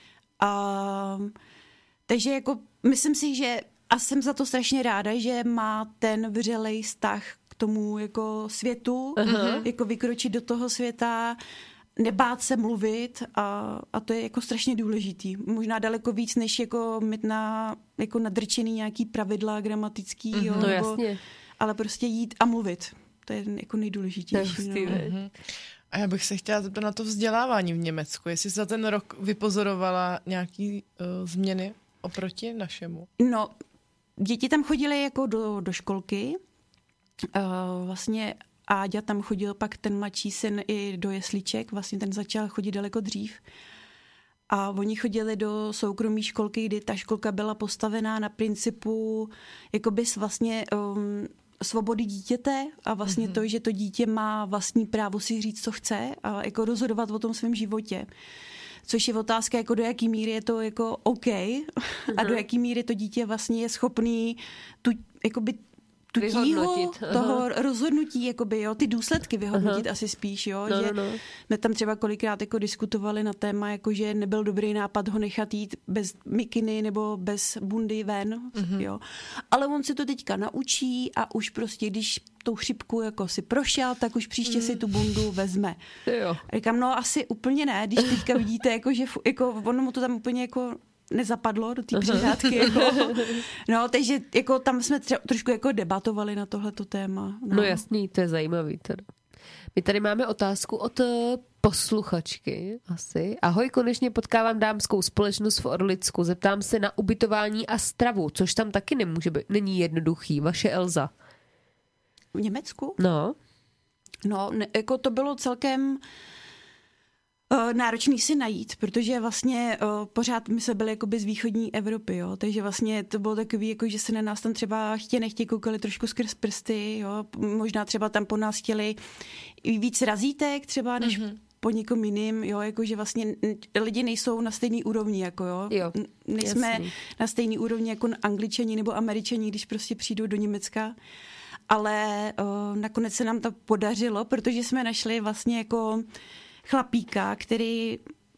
A, takže jako myslím si, že a jsem za to strašně ráda, že má ten vřelej vztah k tomu jako světu, uh-huh. jako vykročit do toho světa, nebát se mluvit a, a to je jako strašně důležitý. Možná daleko víc, než jako mít na, jako nadrčený nějaký pravidla gramatický, uh-huh. jo, no, nebo, jasně. ale prostě jít a mluvit. To je jako nejdůležitější. No. Mm-hmm. A já bych se chtěla zeptat na to vzdělávání v Německu. Jestli za ten rok vypozorovala nějaký uh, změny oproti našemu? No, děti tam chodily jako do, do školky. Uh, vlastně Áďa tam chodil pak ten mladší syn i do jesliček. Vlastně ten začal chodit daleko dřív. A oni chodili do soukromé školky, kdy ta školka byla postavená na principu jakoby vlastně... Um, svobody dítěte a vlastně mm-hmm. to, že to dítě má vlastní právo si říct, co chce a jako rozhodovat o tom svém životě. Což je otázka, jako do jaký míry je to jako OK mm-hmm. a do jaký míry to dítě vlastně je schopný tu, jakoby tu tíhu toho rozhodnutí, jakoby, jo, ty důsledky vyhodnotit Aha. asi spíš, jo, no, že no, no. jsme tam třeba kolikrát jako diskutovali na téma, jako že nebyl dobrý nápad ho nechat jít bez mikiny nebo bez bundy ven, mm-hmm. jo. Ale on se to teďka naučí a už prostě, když tou chřipku jako si prošel, tak už příště mm. si tu bundu vezme. Jo. A říkám, no asi úplně ne, když teďka vidíte, jako, že jako, ono mu to tam úplně jako nezapadlo do té přeřádky. Jako. No, takže jako, tam jsme třeba trošku jako debatovali na tohleto téma. No. no jasný, to je zajímavý teda. My tady máme otázku od posluchačky asi. Ahoj, konečně potkávám dámskou společnost v Orlicku. Zeptám se na ubytování a stravu, což tam taky nemůže být, není jednoduchý. Vaše Elza. V Německu? No. No, ne, jako to bylo celkem uh, náročný si najít, protože vlastně uh, pořád my jsme byli jakoby z východní Evropy, jo, takže vlastně to bylo takový, jako, že se na nás tam třeba chtě nechtě koukali trošku skrz prsty, jo, možná třeba tam po nás chtěli víc razítek třeba, než mm-hmm. po někom jiným, jo, jakože vlastně lidi nejsou na stejný úrovni, jako jo, jo nejsme jasný. Na stejný úrovni jako Angličani nebo Američani, když prostě přijdou do Německa. Ale uh, nakonec se nám to podařilo, protože jsme našli vlastně jako chlapíka, který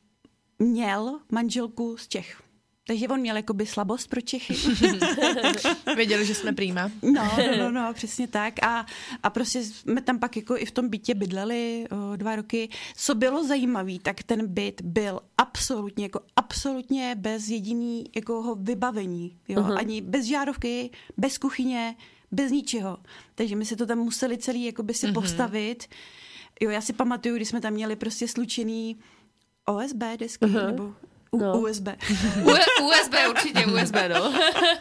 měl manželku z Čech. Takže on měl jakoby slabost pro Čechy. Věděli, že jsme prýma. No, no, no, no, přesně tak. A, a prostě jsme tam pak jako i v tom bytě bydleli o, dva roky. Co bylo zajímavé, tak ten byt byl absolutně, jako absolutně bez jediný jako vybavení. Jo? Uh-huh. Ani bez žárovky, bez kuchyně, bez ničeho. Takže my si to tam museli celý jakoby si uh-huh. postavit. Jo, já si pamatuju, když jsme tam měli prostě slučený O S B desky, uh-huh. nebo U, no. U S B. U, USB, určitě U S B, no.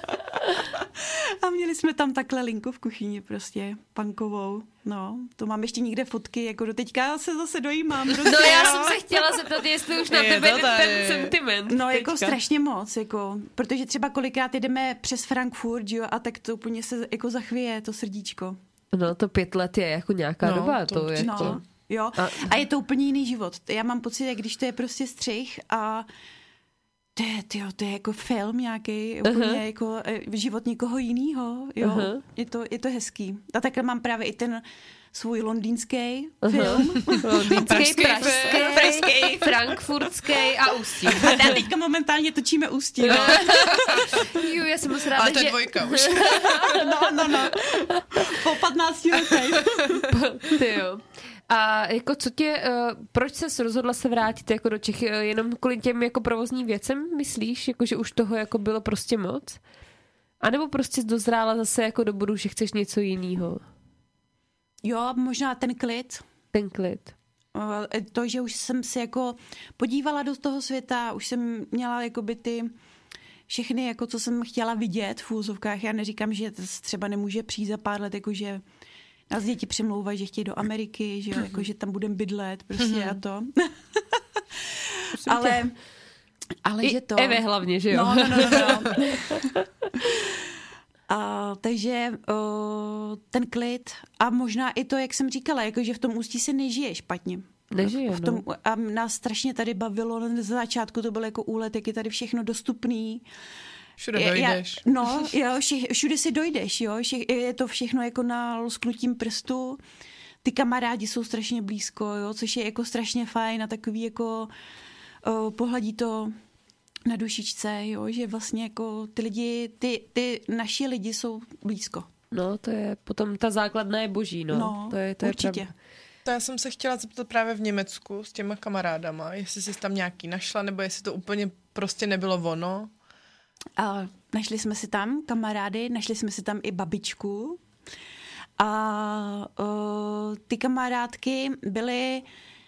A měli jsme tam takhle linku v kuchyni, prostě punkovou. No, to mám ještě někde fotky, jako do teďka se zase dojímám. Prostě, no já jsem se chtěla zeptat, jestli už na je tebe ten sentiment. No teďka. Jako strašně moc, jako, protože třeba kolikrát jdeme přes Frankfurt, jo, a tak to úplně se jako zachvěje to srdíčko. No to pět let je jako nějaká no, doba. To, to je no, to. Jo, a, a je to úplně jiný život. Já mám pocit, jak když to je prostě střih a to je, tyjo, to je jako film nějaký, úplně uh-huh. jako život někoho jinýho, jo, uh-huh. je, to, je to hezký. A takhle mám právě i ten svůj londýnský uh-huh. film. Londýnský, pražský, pražský, frankfurtský a Ústí. A teďka momentálně točíme Ústí. No. Jo, já jsem moc ráda, ale to je že... dvojka už. no, no, no. Po patnácti letech. Ty jo. A jako co tě, uh, proč ses rozhodla se vrátit jako do Čech? Jenom kvůli těm jako provozním věcem, myslíš? Jako, že už toho jako bylo prostě moc? A nebo prostě dozrála zase jako do bodu, že chceš něco jiného? Jo, možná ten klid. Ten klid. To, že už jsem se jako podívala do toho světa, už jsem měla jakoby ty všechny, jako co jsem chtěla vidět v úzovkách. Já neříkám, že třeba nemůže přijít za pár let, jakože nás děti přemlouvají, že chtějí do Ameriky, že, jako, že tam budeme bydlet prostě a to. ale ale I že to... Eve hlavně, že jo? No, no, no, no. no. A, takže o, ten klid a možná i to, jak jsem říkala, jako, že v tom Ústí se nežije špatně. Nežije, v tom, no. A nás strašně tady bavilo, na začátku to byl jako úlet, jak je tady všechno dostupný. Všude dojdeš. Já, no, jo, vše, všude si dojdeš, jo, vše, je to všechno jako na lusknutím prstu. Ty kamarádi jsou strašně blízko, jo, což je jako strašně fajn a takový jako o, pohladí to na dušičce, jo, že vlastně jako ty lidi, ty, ty naši lidi jsou blízko. No, to je potom ta základna je boží, no. No, to je, to je určitě. pravda. To já jsem se chtěla zeptat právě v Německu s těma kamarádama, jestli jsi tam nějaký našla, nebo jestli to úplně prostě nebylo ono. A našli jsme si tam kamarády, našli jsme si tam i babičku. A uh, ty kamarádky byly,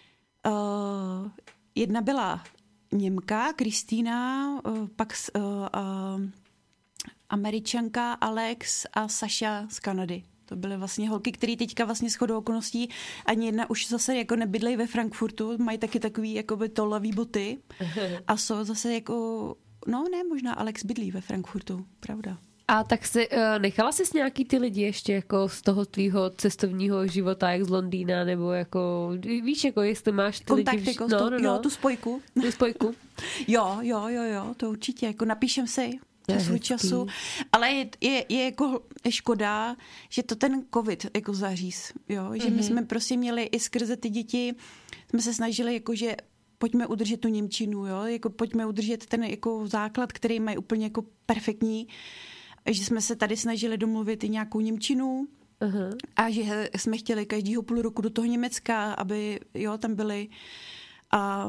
uh, jedna byla Němka, Kristýna, uh, pak uh, uh, Američanka Alex a Saša z Kanady. To byly vlastně holky, které teďka vlastně shodou okolností ani jedna už zase jako nebydlejí ve Frankfurtu, mají taky takový jakoby tolový boty a jsou zase jako, no ne, možná Alex bydlí ve Frankfurtu, pravda. A tak si, uh, nechala jsi nějaký ty lidi ještě jako z toho tvýho cestovního života, jak z Londýna, nebo jako, víš, jako jestli máš ty kontakt lidi... jako no, tu, no, no. jo, tu spojku. Tu spojku. jo, jo, jo, jo, to určitě, jako napíšem si času hezký. času, ale je, je, je jako škoda, že to ten covid jako zaříz, jo, že mm-hmm. my jsme prostě měli i skrze ty děti, jsme se snažili jako, že pojďme udržet tu němčinu, jo, jako pojďme udržet ten jako základ, který mají úplně jako perfektní, že jsme se tady snažili domluvit i nějakou němčinu uh-huh. a že jsme chtěli každýho půl roku do toho Německa, aby jo, tam byli a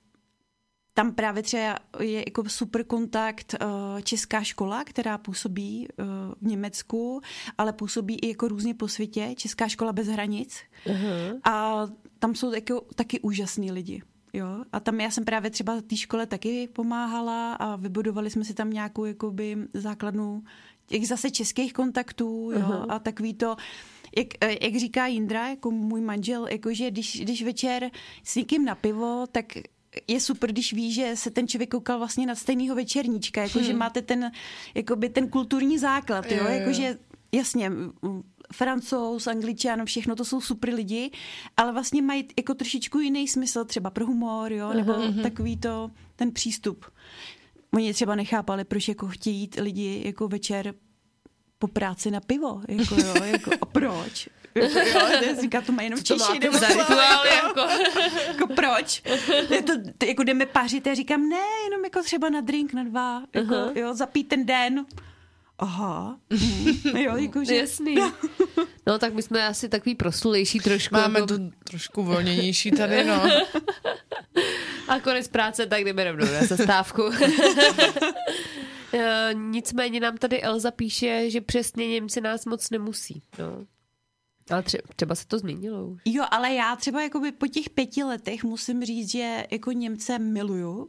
tam právě třeba je jako super kontakt uh, česká škola, která působí uh, v Německu, ale působí i jako různě po světě, Česká škola bez hranic uh-huh. a tam jsou jako, taky úžasní lidi. Jo? A tam já jsem právě třeba té škole taky pomáhala a vybudovali jsme si tam nějakou jakoby základnu těch zase českých kontaktů jo? Uh-huh. a takový to, jak, jak říká Jindra, jako můj manžel, jakože když, když večer s někým na pivo, tak je super, když ví, že se ten člověk koukal vlastně na stejného večerníčka, jakože hmm. máte ten, jakoby ten kulturní základ, jo? Jo, jo. Jakože jasně, Francouz, Angličan, všechno to jsou super lidi, ale vlastně mají jako trošičku jiný smysl, třeba pro humor, jo, nebo uh-huh. takový to, ten přístup. Oni třeba nechápali, proč jako chtějí jít lidi jako večer po práci na pivo, jako jo, jako a proč? Jako, jo, říká, to má jenom v Češi, nebo za rituál, jako. jako proč? Je to, jako jdeme pařit, já říkám, ne, jenom jako třeba na drink, na dva, jako, uh-huh. jo, zapít ten den. Aha. Mm. Jo, jakože... Jasný. No tak my jsme asi takový proslulejší trošku. Máme jako... to trošku volněnější tady, no. A konec práce, tak jdeme rovnou na zastávku. Nicméně nám tady Elza píše, že přesně Němci nás moc nemusí. No. Ale tře- třeba se to změnilo už. Jo, ale já třeba jakoby po těch pěti letech musím říct, že jako Němce miluju.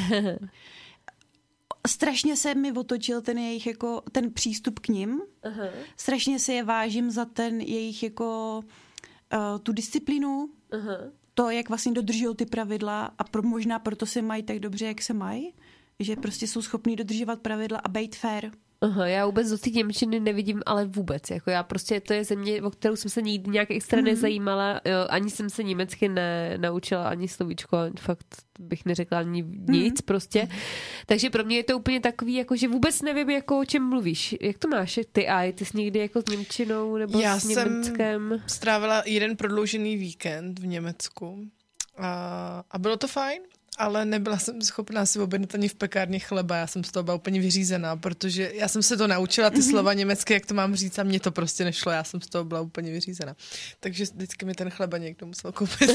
Strašně se mi otočil ten jejich jako, ten přístup k nim. Uh-huh. Strašně si je vážím za ten jejich jako uh, tu disciplínu. Uh-huh. To, jak vlastně dodržují ty pravidla a pro, možná proto se mají tak dobře, jak se mají. Že prostě jsou schopní dodržovat pravidla a být fair. Aha, já vůbec do té němčiny nevidím, ale vůbec. Jako já prostě, to je země, o kterou jsem se nikdy nějak extra mm-hmm. nezajímala. Jo, ani jsem se německy ne, naučila, ani slovíčko, fakt bych neřekla ani nic mm-hmm. prostě. Takže pro mě je to úplně takový, jako, že vůbec nevím, jako, o čem mluvíš. Jak to máš ty aj? Ty jsi někdy jako s němčinou nebo já s Německem? Já jsem strávila jeden prodloužený víkend v Německu a, a bylo to fajn. Ale nebyla jsem schopná si objednat ani v pekárně chleba, já jsem z toho byla úplně vyřízená, protože já jsem se to naučila, ty slova německy, jak to mám říct, a mně to prostě nešlo, já jsem z toho byla úplně vyřízená. Takže vždycky mi ten chleba někdo musel koupit.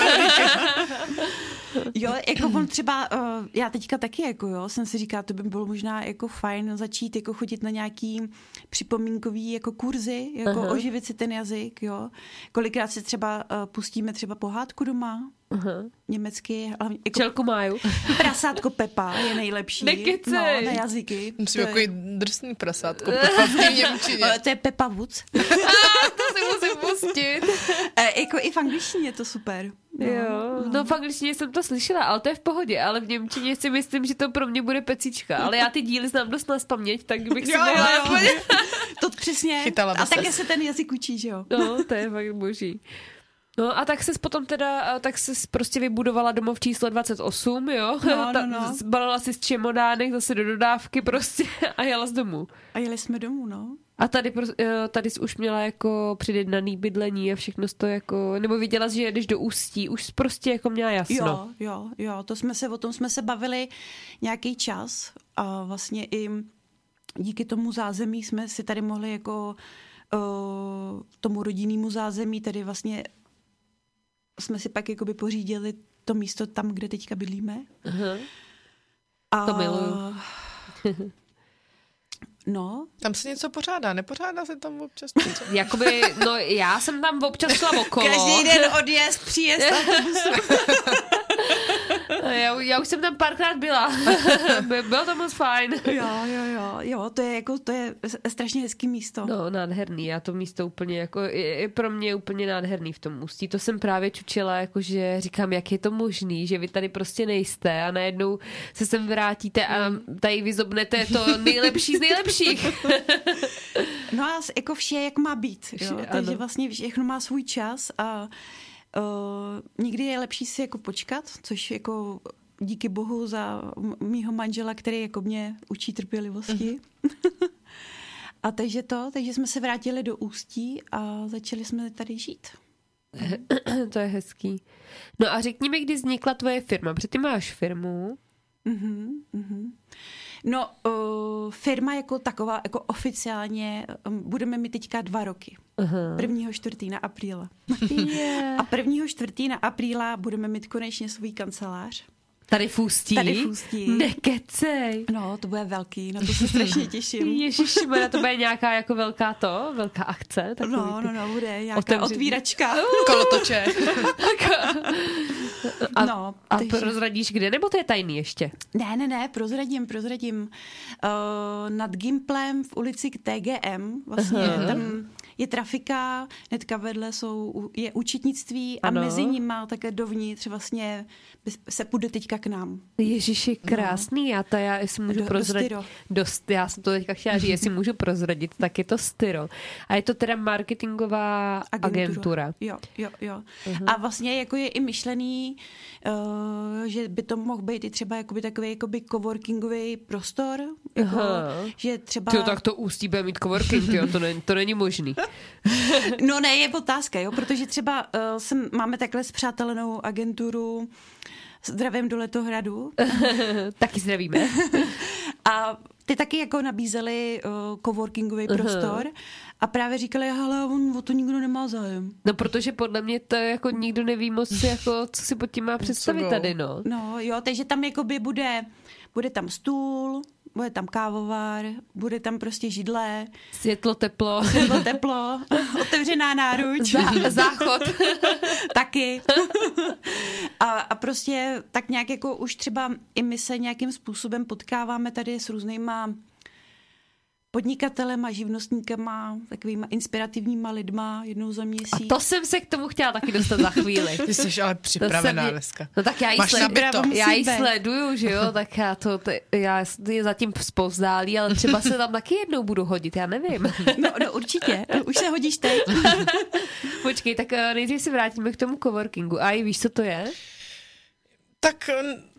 Jo, jako on třeba, uh, já teďka taky, jako jo, jsem si říkala, to by bylo možná jako fajn začít jako chodit na nějaký připomínkový jako kurzy, jako uh-huh. oživit si ten jazyk, jo. Kolikrát si třeba uh, pustíme třeba pohádku doma, uh-huh. německy. Hlavně, jako Čelku máju. Prasátko Pepa je nejlepší. Nekecej. No, na jazyky. Musím jako je... drsný prasátko Pepa v té němčině. To je Peppa Woods. To si musím pustit. E, jako i v angličtině je to super. No, jo, no v angličtině jsem to slyšela, ale to je v pohodě, ale v němčině si myslím, že to pro mě bude pecička, ale já ty díly znám dost na spaměť, tak bych si jo, mohla... Jo, jo. To přesně. Chytala a také se ten jazyk učí, že jo? No, to je fakt boží. No a tak ses potom teda, tak ses prostě vybudovala domov číslo dvacet osm, jo? No, no, no. Zbalila si z čemodánek zase do dodávky prostě a jela z domu. A jeli jsme domů, no. A tady, tady jsi už měla jako předjednaný bydlení a všechno to jako, nebo viděla jsi, že jedeš do Ústí, už jsi prostě jako měla jasno. Jo, jo, jo, to jsme se, o tom jsme se bavili nějaký čas a vlastně i díky tomu zázemí jsme si tady mohli jako uh, tomu rodinnému zázemí, tedy vlastně jsme si pak jakoby pořídili to místo tam, kde teďka bydlíme. Uh-huh. A... To miluju. No. Tam se něco pořádá, nepořádá se tam občas něco? Jakoby, no já jsem tam občas šla okolo. Každý den odjezd, příjezd autobusu. já, já už jsem tam párkrát byla. Bylo to moc fajn. Jo, jo, jo, jo, to je jako, to je strašně hezký místo. No, nádherný, já to místo úplně jako, je, je pro mě úplně nádherný v tom Ústí. To jsem právě čučila, jakože říkám, jak je to možný, že vy tady prostě nejste a najednou se sem vrátíte a tady vyzobnete to nejlepší z nejlepších. No a jako vše, jak má být. Jo? Takže vlastně všechno má svůj čas a uh, někdy je lepší si jako počkat, což jako díky bohu za mýho manžela, který jako mě učí trpělivosti. Uh-huh. A takže to, takže jsme se vrátili do Ústí a začali jsme tady žít. To je hezký. No a řekni mi, kdy vznikla tvoje firma, protože ty máš firmu. Mhm, mhm. No, uh, firma jako taková, jako oficiálně, um, budeme mít teďka dva roky. Uh-huh. Prvního čtvrtý na apríla. Yeah. A prvního čtvrtý na apríla budeme mít konečně svůj kancelář. Tady v Ústí? Tady v Ústí. Nekecej. No, to bude velký, na to se strašně těším. Ježišmarja, to bude nějaká jako velká to, velká akce? No, no, no, bude nějaká otevření. Otvíračka. Kolotoče. a, no, a takže... prozradíš kde, nebo to je tajný ještě? Ne, ne, ne, prozradím, prozradím. Uh, nad Gimplem v ulici k T G M, vlastně uh-huh. tam je trafika, hnedka vedle jsou, je účetnictví a ano. Mezi nima také dovnitř vlastně se půjde teďka k nám. Ježiši, krásný, no. Já to já jestli můžu do, prozradit. Do dost, já jsem to teďka chtěla říct, jestli můžu prozradit, tak je to Styro. A je to teda marketingová agentura. agentura. Jo, jo, jo. Uh-huh. A vlastně jako je i myšlený, uh, že by to mohl být i třeba jakoby takový jakoby coworkingový prostor, jako, uh-huh. že třeba... Tyjo, tak to Ústí bude mít coworking, tyjo, to, není, to není možný. No ne, je otázka, jo, protože třeba uh, jsem, máme takhle spřátelenou agenturu Zdravím do Letohradu. Taky zdravíme. A ty taky jako nabízeli uh, coworkingový uh-huh. prostor a právě říkali, hele, on o to nikdo nemá zájem. No, protože podle mě to jako nikdo neví moc, jako, co si pod tím má představit tady, no. No jo, takže tam jakoby bude, bude tam stůl, bude tam kávovar, bude tam prostě židle. Světlo, teplo. Světlo, teplo, otevřená náruč. Zá, záchod. Taky. A, a prostě tak nějak jako už třeba i my se nějakým způsobem potkáváme tady s různýma podnikatelema, živnostníkama, takovýma inspirativníma lidma jednou za měsíc. A to jsem se k tomu chtěla taky dostat za chvíli. Ty jsi ale připravená dneska. No tak já ji, sled... já ji sleduju, že jo, tak já to, to já je zatím zpovzdálí, ale třeba se tam taky jednou budu hodit, já nevím. No, no určitě, už se hodíš teď. Počkej, tak nejdřív si vrátíme k tomu coworkingu. A i víš, co to je? Tak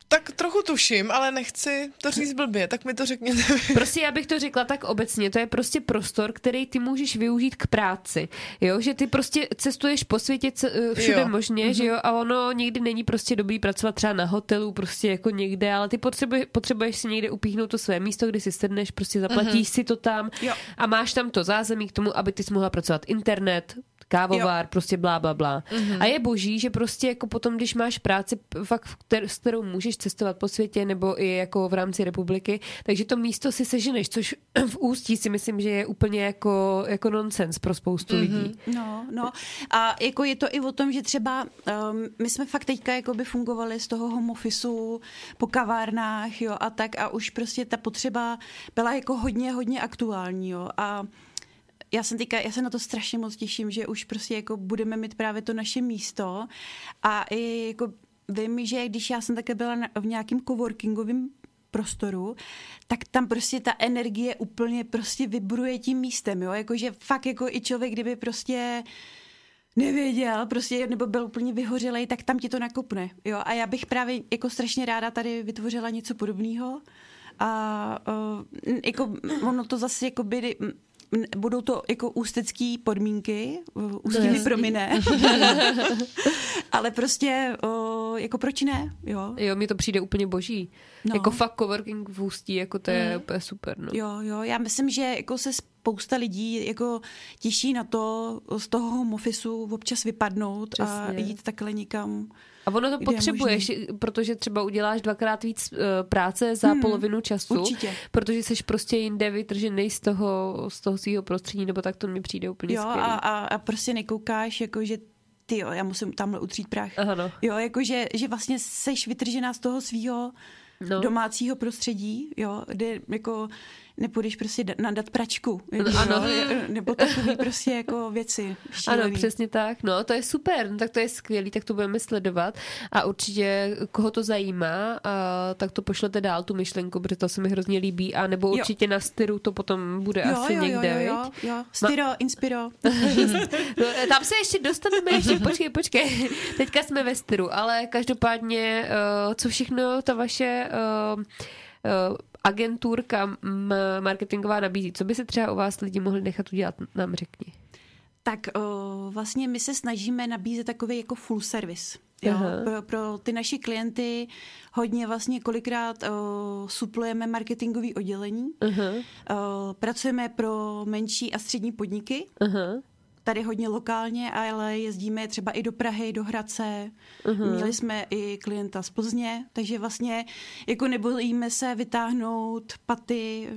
tak trochu tuším, ale nechci to říct blbě, tak mi to řekněte. Prostě já bych to řekla tak obecně, to je prostě prostor, který ty můžeš využít k práci, jo, že ty prostě cestuješ po světě všude jo. možně, mm-hmm. že jo, a ono někdy není prostě dobrý pracovat třeba na hotelu, prostě jako někde, ale ty potřebuješ, potřebuješ si někde upíchnout to své místo, kdy si sedneš, prostě zaplatíš mm-hmm. si to tam jo. a máš tam to zázemí k tomu, aby ty jsi mohla pracovat internet, kávovár, jo. prostě blá, blá, blá. Mm-hmm. A je boží, že prostě jako potom, když máš práci, fakt, s kterou můžeš cestovat po světě, nebo i jako v rámci republiky, takže to místo si seženeš, což v Ústí si myslím, že je úplně jako, jako nonsens pro spoustu mm-hmm. lidí. No, no. A jako je to i o tom, že třeba um, my jsme fakt teďka jakoby fungovali z toho home officeu po kavárnách, jo, a tak a už prostě ta potřeba byla jako hodně, hodně aktuální, jo, a Já jsem teďka, já se na to strašně moc těším, že už prostě jako budeme mít právě to naše místo a i jako vím, že když já jsem také byla na, v nějakým coworkingovém prostoru, tak tam prostě ta energie úplně prostě vibruje tím místem, jo, jakože fakt jako i člověk, kdyby prostě nevěděl, prostě, nebo byl úplně vyhořelej, tak tam ti to nakopne, jo, a já bych právě jako strašně ráda tady vytvořila něco podobného a uh, jako ono to zase jako by budou to jako ústecký podmínky, ústí mi promine, ale prostě o, jako proč ne, jo. Jo, mně to přijde úplně boží. No. Jako fakt coworking v Ústí, jako to je úplně mm. super, no. Jo, jo, já myslím, že jako se spousta lidí jako těší na to z toho home officeu občas vypadnout Přesně. a jít takhle někam. A ono to potřebuješ, protože třeba uděláš dvakrát víc uh, práce za hmm, polovinu času, určitě. Protože jsi prostě jinde vytržený z toho, z toho svého prostředí, nebo tak to mi přijde úplně jo, skvělý. A, a, a prostě nekoukáš, jako že ty jo, já musím tamhle utřít prach. Aha, no. Jo, jako že, že vlastně seš vytržená z toho svého no. domácího prostředí, jo, kde jako nepůjdeš prostě nadat pračku, jako, ano. nebo takové prostě jako věci šílený. Ano, přesně tak, no to je super, no, tak to je skvělý, tak to budeme sledovat a určitě koho to zajímá, a, tak to pošlete dál tu myšlenku, protože to se mi hrozně líbí, a nebo určitě jo. na Styru to potom bude jo, asi jo, někde, jo, jo, jo, jo. Styro, Ma... Inspiro. No, tam se ještě dostaneme, ještě počkej, počkej, teďka jsme ve Styru, ale každopádně, uh, co všechno ta vaše uh, uh, agenturka marketingová nabízí. Co by se třeba u vás lidi mohli nechat udělat, nám řekni. Tak o, vlastně my se snažíme nabízet takový jako full service. Jo? Pro, pro ty naši klienty hodně vlastně kolikrát o, suplujeme marketingové oddělení. O, pracujeme pro menší a střední podniky. Aha. Tady hodně lokálně, ale jezdíme třeba i do Prahy, do Hradce. Uh-huh. Měli jsme i klienta z Plzně, takže vlastně jako nebojíme se vytáhnout paty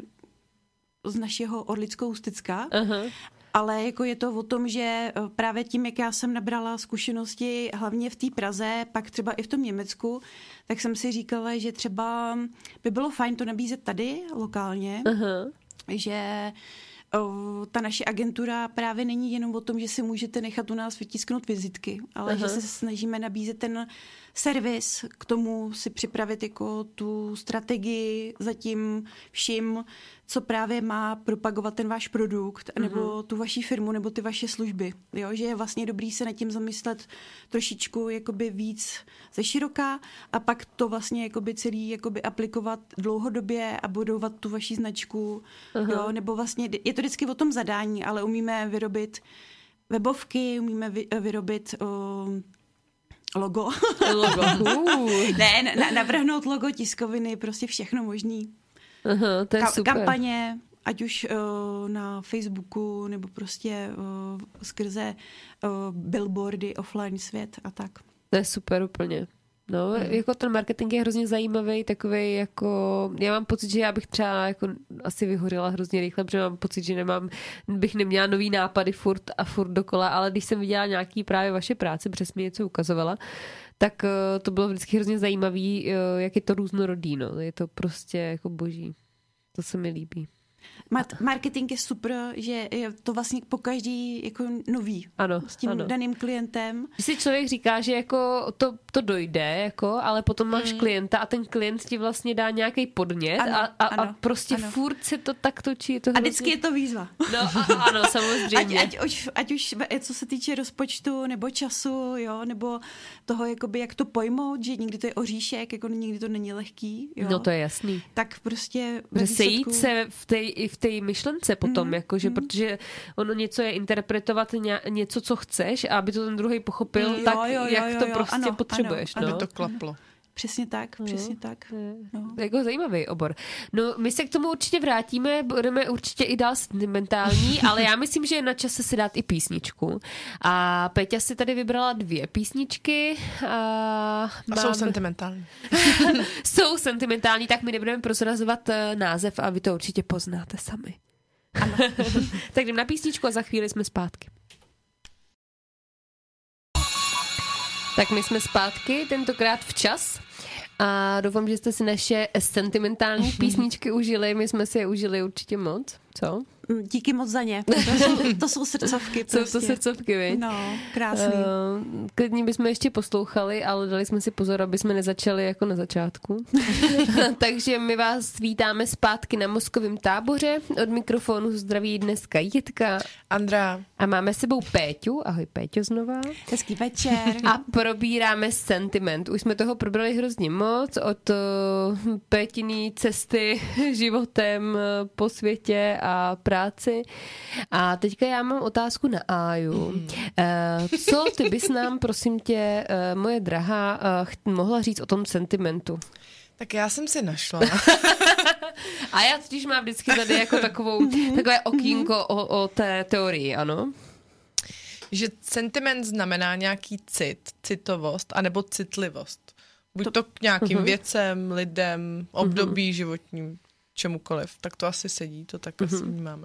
z našeho Orlicko-Ústecka, uh-huh. ale jako je to o tom, že právě tím, jak já jsem nabrala zkušenosti hlavně v té Praze, pak třeba i v tom Německu, tak jsem si říkala, že třeba by bylo fajn to nabízet tady lokálně, uh-huh. že ta naše agentura právě není jenom o tom, že si můžete nechat u nás vytisknout vizitky, ale Aha. že se snažíme nabízet ten servis, k tomu si připravit jako tu strategii za tím vším, co právě má propagovat ten váš produkt, nebo mm-hmm. tu vaši firmu, nebo ty vaše služby. Jo, že je vlastně dobrý se nad tím zamyslet trošičku jakoby víc ze široka a pak to vlastně jakoby celý jakoby aplikovat dlouhodobě a budovat tu vaši značku. Uh-huh. Jo, nebo vlastně je to vždycky o tom zadání, ale umíme vyrobit webovky, umíme vy, vyrobit uh, logo. Logo. Uh. ne, na, navrhnout logo, tiskoviny, prostě všechno možný. Aha, to je Ka- super. Kampaně, ať už uh, na Facebooku, nebo prostě uh, skrze uh, billboardy, offline svět a tak. To je super úplně. No, mm. jako ten marketing je hrozně zajímavý, takovej jako, já mám pocit, že já bych třeba jako asi vyhořela hrozně rychle, protože mám pocit, že nemám, bych neměla nový nápady furt a furt dokola, ale když jsem viděla nějaký právě vaše práce, protože jsi mi něco ukazovala, tak uh, to bylo vždycky hrozně zajímavý, uh, jak je to různorodý, no. Je to prostě jako boží. To se mi líbí. Marketing je super, že je to vlastně po každý jako nový. Ano, s tím ano. daným klientem. Když si člověk říká, že jako to, to dojde, jako, ale potom máš Mm. klienta a ten klient ti vlastně dá nějaký podnět Ano, a, a, a ano, prostě ano. furt se to tak točí. Je to A hrozně... vždycky je to výzva. No a, ano, samozřejmě. Ať, ať, už, ať už co se týče rozpočtu nebo času, jo, nebo toho, jakoby, jak to pojmout, že někdy to je oříšek, jako někdy to není lehký. Jo. No to je jasný. Tak prostě ve Že sejít výsledku... se v té, i v té myšlence potom, Mhm, jakože, mhm. protože ono něco je interpretovat ně, něco, co chceš a aby to ten druhý pochopil, Jo, tak jo, jo, jak jo, to jo, prostě ano, potřebuješ. ano, no. Aby to klaplo. Přesně tak, přesně tak. No. To je jako zajímavý obor. No, my se k tomu určitě vrátíme, budeme určitě i dál sentimentální, ale já myslím, že je na čase si dát i písničku. A Péťa si tady vybrala dvě písničky. A, A mám... jsou sentimentální. jsou sentimentální, tak my nebudeme prozrazovat uh, název a vy to určitě poznáte sami. Ano. Tak jdem na písničku a za chvíli jsme zpátky. Tak my jsme zpátky, tentokrát včas. A doufám, že jste si naše sentimentální písničky užili. My jsme si je užili určitě moc. Co? Díky moc za ně. To jsou, to jsou srdcovky. Jsou Prostě. to srdcovky, viď? No, krásný. Uh, klidně bychom ještě poslouchali, ale dali jsme si pozor, aby jsme nezačali jako na začátku. Takže my vás vítáme zpátky na Mozkovém táboře. Od mikrofonu zdraví dneska Jitka. Andrea. A máme s sebou Péťu. Ahoj Péťo znova. Hezký večer. A probíráme sentiment. Už jsme toho probrali hrozně moc. Od uh, Pétiný cesty životem uh, po světě a práci. A teďka já mám otázku na Áju. Uh, co ty bys nám, prosím tě, uh, moje drahá, uh, mohla říct o tom sentimentu? Tak já jsem si našla. A já totiž mám vždycky tady jako takovou, takové okýnko o, o té teorii, ano? Že sentiment znamená nějaký cit, citovost, anebo citlivost. Buď to, to k nějakým uh-huh. věcem, lidem, období uh-huh. životním, čemukoliv. Tak to asi sedí, to tak uh-huh. asi vnímáme.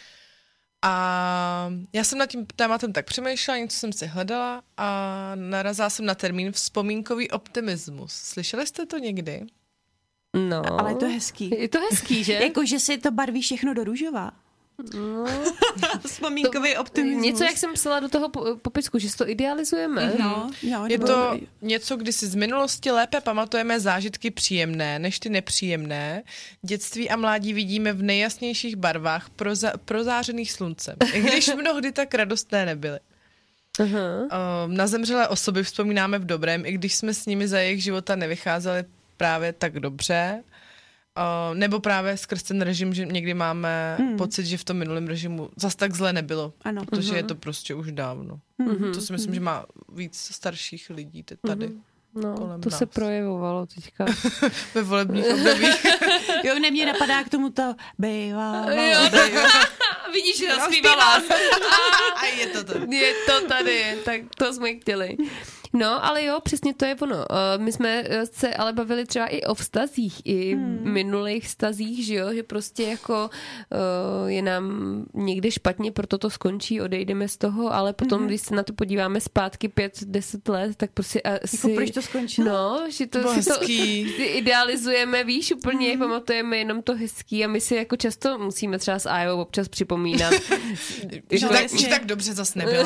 A já jsem nad tím tématem tak přemýšlela, něco jsem si hledala a narazila jsem na termín vzpomínkový optimismus. Slyšeli jste to někdy? No. Ale je to hezký. Je to hezký, že? Jako, že si to barví všechno do růžova. No. Vzpomínkový optimismus. Něco, jak jsem psala do toho popisku, že si to idealizujeme. No, jo, Je nebo... to něco, kdy si z minulosti lépe pamatujeme zážitky příjemné než ty nepříjemné. Dětství a mládí vidíme v nejjasnějších barvách proza- prozářených sluncem, i když mnohdy tak radostné nebyly. Uh-huh. Na zemřelé osoby vzpomínáme v dobrém, i když jsme s nimi za jejich života nevycházeli právě tak dobře. Uh, nebo právě skrz ten režim, že někdy máme hmm. pocit, že v tom minulém režimu zas tak zle nebylo. Ano. Protože uh-huh. je to prostě už dávno. Uh-huh. To si myslím, že má víc starších lidí tady. Uh-huh. No, kolem to nás. se projevovalo teďka. Ve volebních obdobích. Jo, ne, mě napadá k tomu to bývá. Vidíš, že zaspívala. A je to to. Je to tady, tak to jsme chtěli. No, ale jo, přesně to je ono. Uh, my jsme se ale bavili třeba i o vztazích, i hmm. minulých vztazích, že jo, že prostě jako uh, je nám někde špatně, proto to skončí, odejdeme z toho, ale potom, hmm. když se na to podíváme zpátky pět, deset let, tak prostě uh, si... Jako proč to skončilo? No, že to, to si to si idealizujeme, víš, úplně hmm. pamatujeme jenom to hezký a my si jako často musíme třeba s Ájou občas připomínat. že, no, tak, že tak dobře zas nebylo.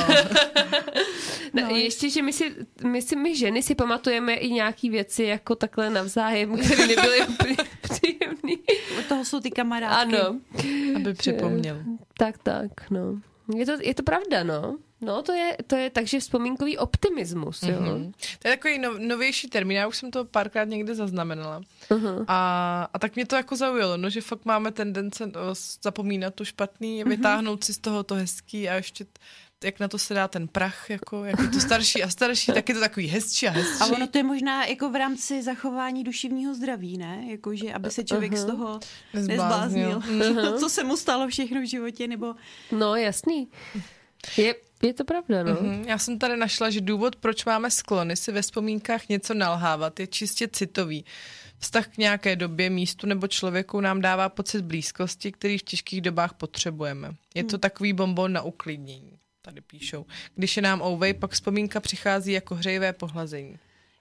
No, no, ještě, že my si, my si, my ženy si pamatujeme i nějaký věci jako takhle navzájem, které nebyly úplně příjemný. Od toho jsou ty kamarádky. Ano. Aby připomněl. Tak, tak, no. Je to, je to pravda, no. No, to je, to je takže vzpomínkový optimismus, jo. Mm-hmm. To je takový no, novější termín, já už jsem to párkrát někde zaznamenala. Uh-huh. A, a tak mě to jako zaujalo, no, že fakt máme tendence no, zapomínat to špatný, mm-hmm. vytáhnout si z toho to hezký a ještě t- jak na to se dá ten prach, jako, jak je to starší a starší, tak je to takový hezčí a hezčí. A ono to je možná jako v rámci zachování duševního zdraví, ne? Jakože, aby se člověk uh-huh. z toho nezbláznil. Uh-huh. Co se mu stalo všechno v životě, nebo... No, jasný. Je, je to pravda, no. Mm-hmm. Já jsem tady našla, že důvod, proč máme sklony si ve vzpomínkách něco nalhávat, je čistě citový. Vztah k nějaké době, místu nebo člověku nám dává pocit blízkosti, který v těžkých dobách potřebujeme. Je to takový bonbon na uklidnění. Tady píšou. Když je nám ouvej, pak vzpomínka přichází jako hřejivé pohlazení.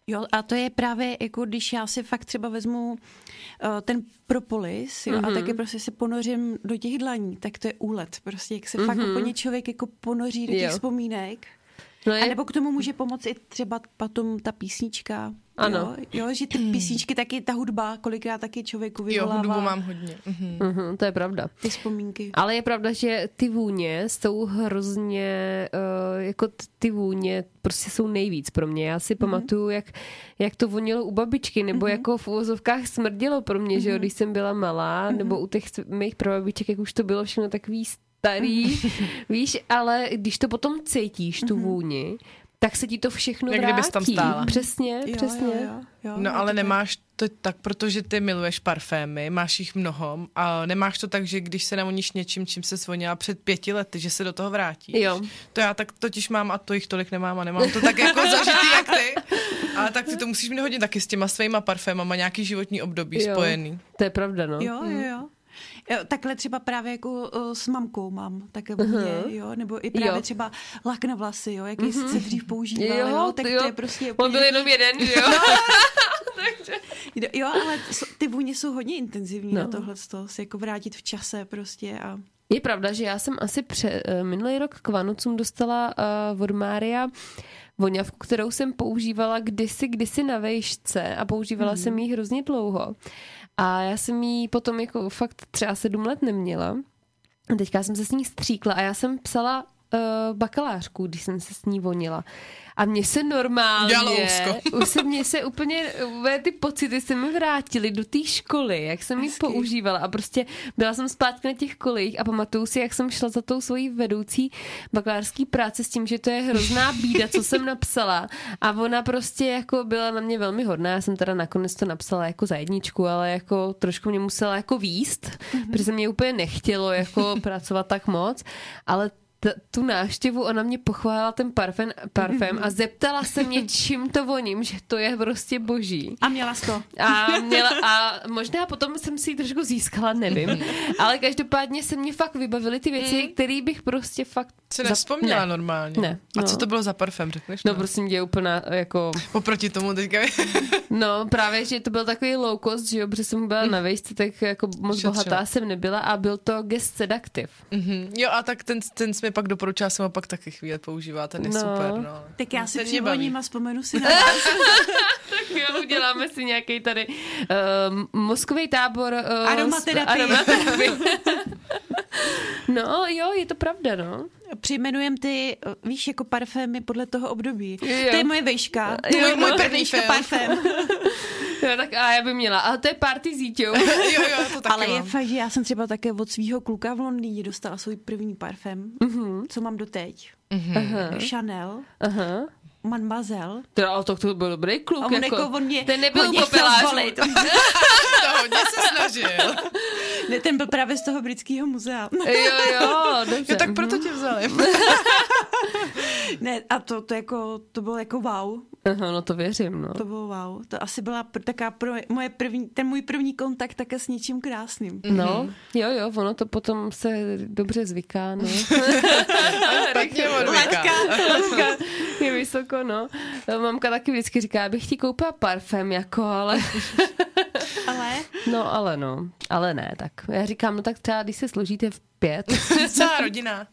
Jo, a to je právě, jako když já si fakt třeba vezmu uh, ten propolis, jo, mm-hmm. a taky prostě se ponořím do těch dlaní, tak to je úlet. Prostě jak se mm-hmm. fakt úplně člověk jako ponoří do těch jo. vzpomínek. No je... A nebo k tomu může pomoct i třeba potom ta písnička. Ano. Jo, jo, že ty písničky taky, ta hudba, kolikrát taky člověku vyvolává. Jo, hudbu mám hodně. Mhm. Mhm, to je pravda. Ty vzpomínky. Ale je pravda, že ty vůně jsou hrozně, uh, jako ty vůně prostě jsou nejvíc pro mě. Já si mm-hmm. pamatuju, jak, jak to vonilo u babičky, nebo mm-hmm. jako v uvozovkách smrdilo pro mě, mm-hmm. že jo, když jsem byla malá, mm-hmm. nebo u těch mých prababiček, jak už to bylo všechno takový starý, víš, ale když to potom cítíš, tu vůni, tak se ti to všechno jak vrátí. kdybys tam stála. Přesně, jo, přesně. Jo, jo, jo, no ale nemáš to tak, protože ty miluješ parfémy, máš jich mnoho a nemáš to tak, že když se navoníš něčím, čím se svonila před pěti lety, že se do toho vrátíš. Jo. To já tak totiž mám a to jich tolik nemám a nemám to tak jako zažitý jak ty. Ale tak ty to musíš mít hodně taky s těma svýma parfémama, nějaký životní období jo. spojený. To je pravda, no. Jo, jo, jo. Jo, takhle třeba právě jako uh, s mamkou mám také vůně, uh-huh. jo, nebo i právě jo. třeba lak na vlasy, jo, jaký uh-huh. se dřív používal, jo, jo, tak jo. to je prostě... On byl jenom jeden, že jo? no. Jo, ale ty vůně jsou hodně intenzivní no. na tohleto, se jako vrátit v čase prostě a... Je pravda, že já jsem asi pře, minulý rok k Vánocům dostala uh, od Mária voňavku, kterou jsem používala kdysi, kdysi na vejšce a používala hmm. jsem ji hrozně dlouho. A já jsem jí potom jako fakt třeba sedm let neměla. A teďka jsem se s ní stříkla a já jsem psala uh, bakalářku, když jsem se s ní vonila. A mně se normálně, už se mně se úplně, ty pocity se mi vrátily do té školy, jak jsem ji používala a prostě byla jsem zpátky na těch kolejích a pamatuju si, jak jsem šla za tou svojí vedoucí bakalářský práce s tím, že to je hrozná bída, co jsem napsala a ona prostě jako byla na mě velmi hodná, já jsem teda nakonec to napsala jako za jedničku, ale jako trošku mě musela jako výst, mm-hmm. protože se mě úplně nechtělo jako pracovat tak moc, ale T- tu návštěvu, ona mě pochválila ten parfém, parfém a zeptala se mě, čím to voním, že to je prostě boží. A měla jsi to. A, měla, a možná potom jsem si ji trošku získala, nevím. Ale každopádně se mě fakt vybavily ty věci, mm. které bych prostě fakt... Se nevzpomněla ne. normálně. Ne. A no. co to bylo za parfém, řekneš? No, no prosím tě, úplná jako... Oproti tomu teďka... No právě, že to byl takový low cost, že jo, protože jsem byla na vejšce, tak jako moc Šetřila. bohatá jsem nebyla a byl to Guest Seductive. Mm-hmm. Jo a tak ten, ten jsme pak doporučila, jsem ho pak taky chvíli používá, ten je no. super, no. Tak já si přivoním a vzpomenu si na vás. Tak jo, uděláme si nějaký tady uh, mozkový tábor. Uh, aromaterapie. aromaterapie. No jo, je to pravda, no. Přijmenujem ty, víš, jako parfémy podle toho období. Jo. To je moje vejška. Jo, můj, můj no, první parfém. Jo, tak a já bych měla. A to je party zíťou. jo, jo, to taky Ale mám. je fakt, že já jsem třeba také od svého kluka v Londýně dostala svůj první parfém, uh-huh. co mám doteď. Uh-huh. Chanel. Aha. Mademoiselle. Teda, ale to, to byl dobrý kluk. A on jako, jako on mě, ten nebyl hodně popelář. To hodně se snažil. Ne, ten byl právě z toho britského muzea. Jo, jo, dobře. Jo, tak proto tě vzali. Ne, a to, to, jako, to bylo jako wow. Aha, no to věřím, no. To bylo wow. To asi byla pr- taká pro moje první, ten můj první kontakt také s něčím krásným. No, jo, jo, ono to potom se dobře zvyká, no. Špatně odvyká. Laťka je vysoko, no. Mamka taky vždycky říká, abych ti koupila parfém, jako, ale... Ale? No, ale no. Ale ne, tak. Já říkám, no tak třeba, když se složíte v pět. Celá rodina.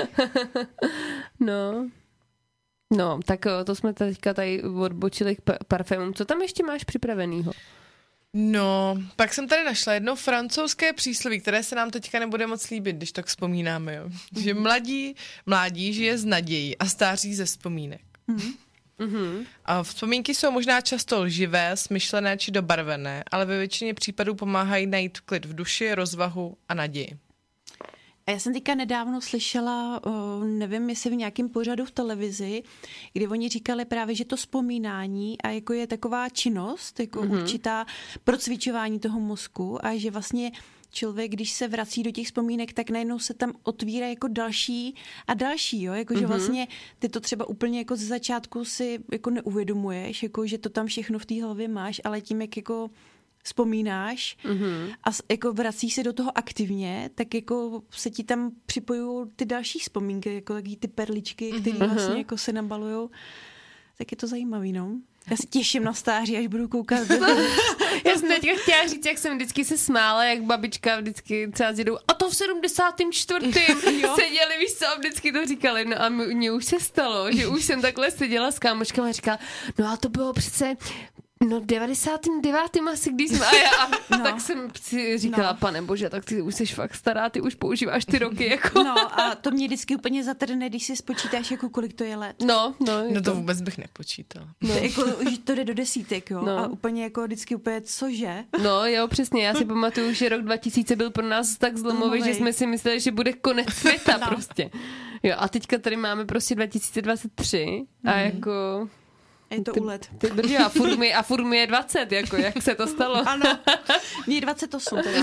No. No, tak to jsme teďka tady odbočili k parfémům. Co tam ještě máš připravenýho? No, pak jsem tady našla jedno francouzské přísloví, které se nám teďka nebude moc líbit, když tak vzpomínáme, jo. Že mladí, mládí žije z nadějí a stáří ze vzpomínek. Mm-hmm. A vzpomínky jsou možná často lživé, smyšlené či dobarvené, ale ve většině případů pomáhají najít klid v duši, rozvahu a naději. A já jsem teďka nedávno slyšela, nevím, jestli v nějakém pořadu v televizi, kdy oni říkali právě, že to vzpomínání a jako je taková činnost, jako mm-hmm. určitá procvičování toho mozku a že vlastně člověk, když se vrací do těch vzpomínek, tak najednou se tam otvírá jako další a další, jo, jakože mm-hmm. vlastně ty to třeba úplně jako ze začátku si jako neuvědomuješ, jako že to tam všechno v té hlavě máš, ale tím, jak jako vzpomínáš mm-hmm. a jako vracíš se do toho aktivně, tak jako se ti tam připojují ty další vzpomínky, jako taky ty perličky, které mm-hmm. vlastně jako se nabalujou. Tak je to zajímavý, no. Já se těším na stáří, až budu koukat. Já jsem teďka chtěla říct, jak jsem vždycky se smála, jak babička vždycky třeba s dědou, a to v sedmdesátém čtvrtém seděli, víš co, a vždycky to říkali. No a mně už se stalo, že už jsem takhle seděla s kámoškama a říkala, no a to bylo přece no devadesátým devátým asi, když jsme, a já a no. tak jsem si říkala, no. Pane bože, tak ty už jsi fakt stará, ty už používáš ty roky, jako. No a to mě vždycky úplně zatrne, když si spočítáš, jako kolik to je let. No, no. No to vůbec bych nepočítala. No. To, jako, že to jde do desítek, jo. No. A úplně jako vždycky úplně, cože? No jo, přesně, já si pamatuju, že rok dva tisíce byl pro nás tak zlomový, že jsme si mysleli, že bude konec světa no. prostě. Jo, a teďka tady máme prostě dva tisíce dvacet tři a mm. jako... Je to úlet. Ty brďo, a furt mi, a furt mi je dvacet, jako, jak se to stalo. Ano, mě je dvacet osm teda.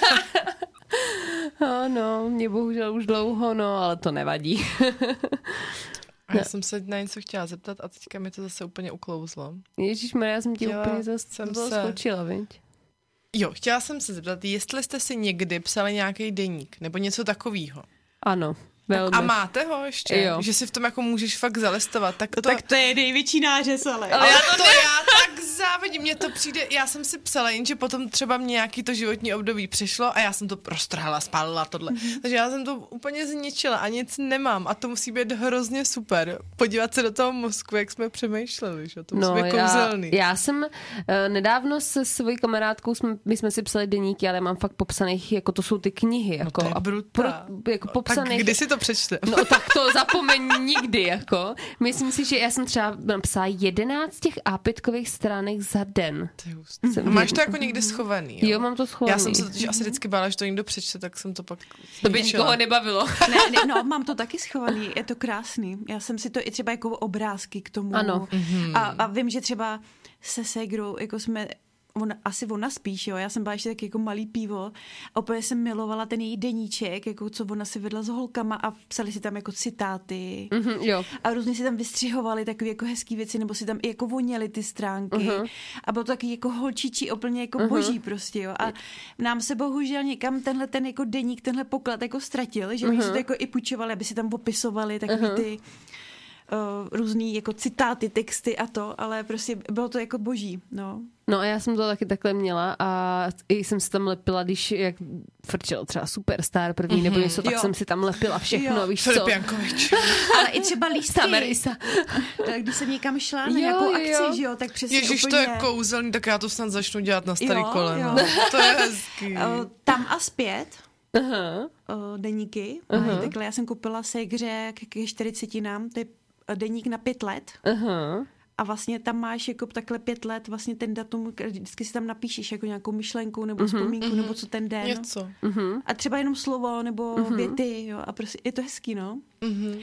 Ano, mě bohužel už dlouho, no, ale to nevadí. A já jsem se na něco chtěla zeptat a teďka mi to zase úplně uklouzlo. Ježišmarja, já jsem ti chtěla, úplně zase jsem skočila, viď? Jo, chtěla jsem se zeptat, jestli jste si někdy psali nějaký deník nebo něco takového. Ano. Velmi. A máte ho ještě? Jo. Že si v tom jako můžeš fakt zalistovat. Tak to, tak to je největší nářez, ale. Ale já to, to já tak závidím. Mně to přijde, já jsem si psala, jenže potom třeba mě nějaký to životní období přišlo a já jsem to roztrhala, spálila tohle. Mm-hmm. Takže já jsem to úplně zničila a nic nemám a to musí být hrozně super. Podívat se do toho mozku, jak jsme přemýšleli, že to musí no, být kouzelný. Já, já jsem uh, nedávno se svojí kamarádkou, jsme, my jsme si psali deníky, ale mám fakt popsaných, jako to jsou ty knihy. Jako, no to je brutál. Pro, jako popsaných. Tak kdy si to přečte? No tak to zapomeň nikdy, jako. Myslím si, že já jsem třeba napsala jedenáct těch ápitkových stránek za den. Jsem máš to jako někde schovaný, jo? Jo, mám to schovaný. Já jsem se totiž asi vždycky bála, že to někdo přečte, tak jsem to pak To by nikoho nebavilo. Ne, ne, no, mám to taky schovaný, je to krásný. Já jsem si to i třeba jako obrázky k tomu. Ano. A, a vím, že třeba se ségrou, jako jsme... Ona, asi ona spíš, jo, já jsem byla ještě tak jako malý pivo a úplně jsem milovala ten její deníček, jako co ona si vedla s holkama a psali si tam jako citáty mm-hmm, jo. a různě si tam vystřihovali takové jako hezký věci, nebo si tam i jako voněly ty stránky mm-hmm. a bylo to taky jako holčičí, úplně jako mm-hmm. boží prostě, jo, a nám se bohužel někam tenhle ten jako deník, tenhle poklad jako ztratil, že mm-hmm. oni si to jako i půjčovali, aby si tam popisovali takový mm-hmm. ty Uh, různý jako citáty, texty a to, ale prostě bylo to jako boží, no. No a já jsem to taky takhle měla a i jsem si tam lepila, když jak frčel třeba Superstar první mm-hmm. nebo něco, tak jo. jsem si tam lepila všechno, jo. víš Filip co. Jankovič. Ale i třeba lístky. Marisa. Když jsem někam šla na jo, nějakou akci, jo. že jo, tak přesně Ježiš, úplně... to je kouzelný, tak já to snad začnu dělat na starý jo, koleno. Jo. To je hezký. Uh, tam a zpět. Aha. Uh, deníky. Aha. Takhle já jsem koupila ségře ke čtyřicítinám, to je deník na pět let. Aha. A vlastně tam máš jako takhle pět let, vlastně ten datum, vždycky si tam napíšeš jako nějakou myšlenku nebo uh-huh, vzpomínku, uh-huh. nebo co ten den. Něco. Uh-huh. A třeba jenom slovo nebo uh-huh. věty, jo. A prostě je to hezký, no. Uh-huh.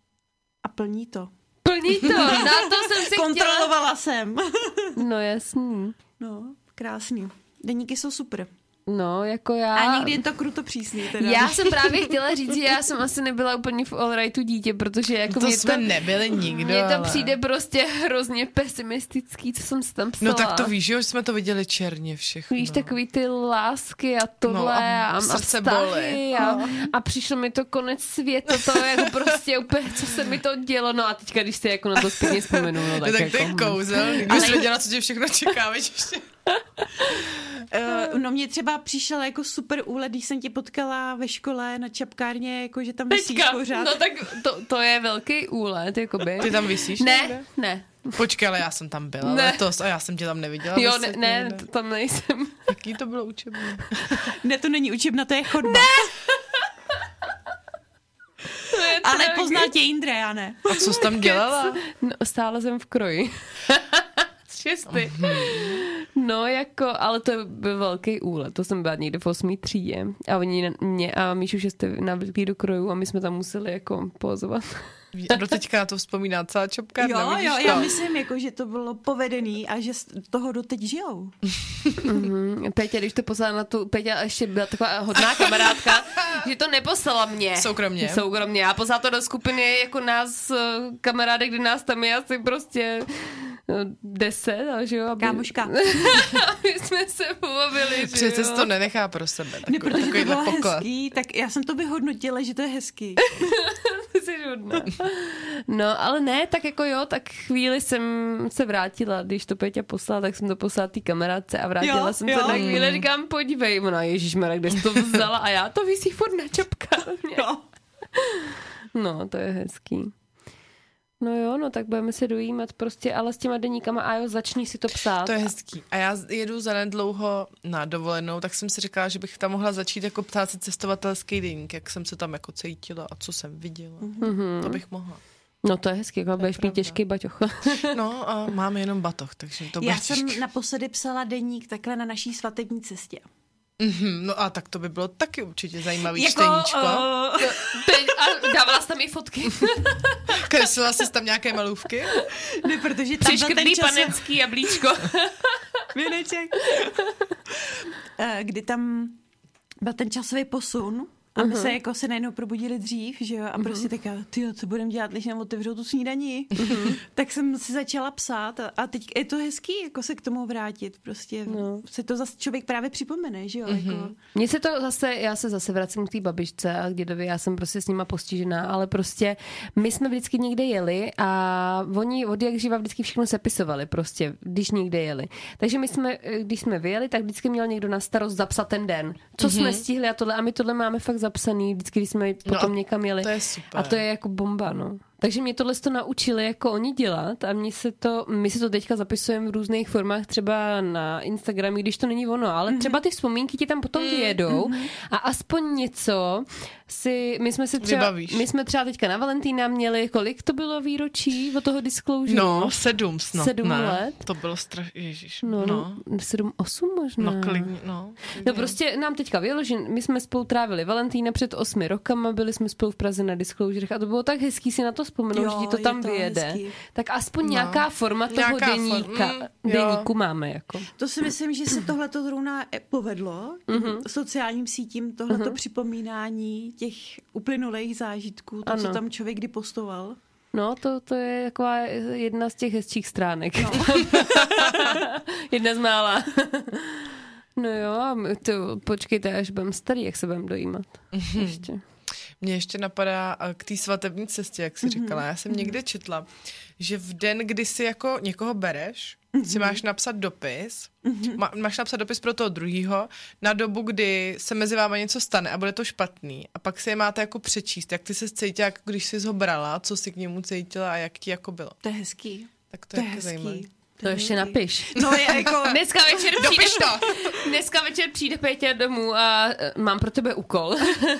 A plní to. Plní to, na to jsem si Kontrolovala chtěla. jsem. No jasný. No, krásný. Deníky jsou super. No, jako já... A někdy je to kruto přísný, teda. Já jsem právě chtěla říct, že já jsem asi nebyla úplně v allrightu dítě, protože jako to mě jsme to... nebyli nikdo, Mně to ale... přijde prostě hrozně pesimistický, co jsem si tam psala. No tak to víš, že jsme to viděli černě všechno. Víš, takový ty lásky a tohle no, a, a, a vztahy a, no. a přišlo mi to konec světa, to je jako prostě úplně, co se mi to dělo, no a teďka, když si jako na to zpětně vzpomenu, no tak, tak jako... to je kouzelný, když jsi věděla, co tě všechno čeká, víš, ještě. Uh, no mě třeba přišel jako super úlet, když jsem tě potkala ve škole na čapkárně, jako že tam visíš pořád. No tak to, to je velký úlet, jakoby. Ty tam visíš? Ne, někde? ne. Počkej, ale já jsem tam byla ne. letos a já jsem tě tam neviděla. Jo, ne, ne, tam nejsem. Jaký to bylo učební? Ne, to není učebna, to je chodba. Ne! Ale poznal tě Jindra, já ne. A co jsi tam dělala? No, stála jsem v kroji. Šesty. No jako, ale to byl velký úlet. To jsem byla někde v osmý třídě a oni mě a Míšu šesté navlíkli do krojů a my jsme tam museli jako pozovat. Do teďka to vzpomíná celá čopkárna, Jo, vidíš jo, to? já myslím, jako, že to bylo povedený a že z toho doteď žijou. Mm-hmm. Peťa, když to poslala na tu, Peťa ještě byla taková hodná kamarádka, že to neposlala mě. Soukromně. Soukromně. A poslala to do skupiny jako nás, kamarádek, kdy nás tam je asi prostě deset, ale že jo, aby... Kámoška. Aby jsme se pobavili, že Přece jo. to nenechá pro sebe. Takový, Ne, protože to bylo poklad. hezký, tak já jsem to vyhodnotila, že to je hezký. Ty jsi hodná. No, ale ne, tak jako jo, tak chvíli jsem se vrátila, když to Peťa poslala, tak jsem to poslala té kamarádce a vrátila jo, jsem jo. se na chvíli, říkám, podívej, ona, ježišmarja, kde jsi to vzala a já to visí furt na čapkách. No, to je hezký. No jo, no tak budeme se dojímat prostě, ale s těma deníkama a jo, začni si to psát. To je hezký. A já jedu zanedlouho na dovolenou, tak jsem si říkala, že bych tam mohla začít jako ptát si cestovatelský deník, jak jsem se tam jako cítila a co jsem viděla. Mm-hmm. To bych mohla. No to je hezky, jako budeš mít těžký baťoch. No a máme jenom batoh, takže to bude Já těžké. jsem naposledy psala deník takhle na naší svatební cestě. Mm-hmm, no a tak to by bylo taky určitě zajímavý jako, čteníčko. Uh... A dávala jsi tam i fotky. Kreslila jsi tam nějaké malůvky? Ne, protože tam byl ten čas... panenský jablíčko. Vineček. Kdy tam byl ten časový posun a my uh-huh. se jako se najednou probudili dřív, že jo, a uh-huh. prostě taká, tyjo, co budeme dělat, když nám otevřou tu snídaní? Uh-huh. Tak jsem si začala psát a, a teď je to hezký, jako se k tomu vrátit, prostě no. se to zase člověk právě připomene, že jo, uh-huh. jako. Mně se to zase, já se zase vracím k té babičce a k dědovi, já jsem prostě s nima postižená, ale prostě my jsme vždycky někde jeli a oni od jak živa vždycky všechno sepisovali prostě, když někde jeli. Takže my jsme, když jsme vyjeli, tak vždycky měl někdo na starost zapsat ten den, co uh-huh. jsme stihli a tohle a my tohle máme fakt zapsaný, vždycky, když jsme potom no, někam jeli. To je super. A to je jako bomba, no. Takže mě tohle to naučili jako oni dělat a mě se to, my si to teďka zapisujeme v různých formách, třeba na Instagramu, když to není ono, ale mm-hmm. třeba ty vzpomínky ti tam potom vyjedou mm-hmm. a aspoň něco si, my jsme si třeba, Vybavíš. my jsme třeba teďka na Valentína měli, kolik to bylo výročí od toho disclosure? No, sedm snad. Sedm ne, let. To bylo strašně, ježiš. No, no. sedm, osm možná. No, klidně, no. No prostě nám teďka vyjelo, že my jsme spolu trávili Valentína před osmi rokama, byli jsme spolu v Praze na disclosure a to bylo tak hezký si na to vzpomenout, jo, že ti to tam to vyjede. Hezký. Tak aspoň no. nějaká forma toho nějaká deníka, form, mm, deníku máme. Jako. To si myslím, že se tohleto zrovna povedlo. Mm-hmm. Sociálním sítím tohleto mm-hmm. připomínání těch uplynulých zážitků, to, ano. co tam člověk kdy postoval. No, to, to je taková jedna z těch hezčích stránek. No. Jedna z mála. No jo, to, počkejte, až budem starý, jak se budem dojímat. Mm-hmm. Ještě. Mně ještě napadá k té svatební cestě, jak jsi mm-hmm. říkala. Já jsem mm-hmm. někde četla, že v den, kdy si jako někoho bereš, mm-hmm. si máš napsat dopis, mm-hmm. má, máš napsat dopis pro toho druhýho na dobu, kdy se mezi váma něco stane a bude to špatný. A pak si je máte jako přečíst, jak ty se cítila, jako když jsi ho brala, co si k němu cítila a jak ti jako bylo. To je hezký. Tak to, to je, je hezký. Zajímavé. To ještě napiš. No je jako... Dneska večer přijde... to. Dneska večer přijde Péťa domů a mám pro tebe úkol.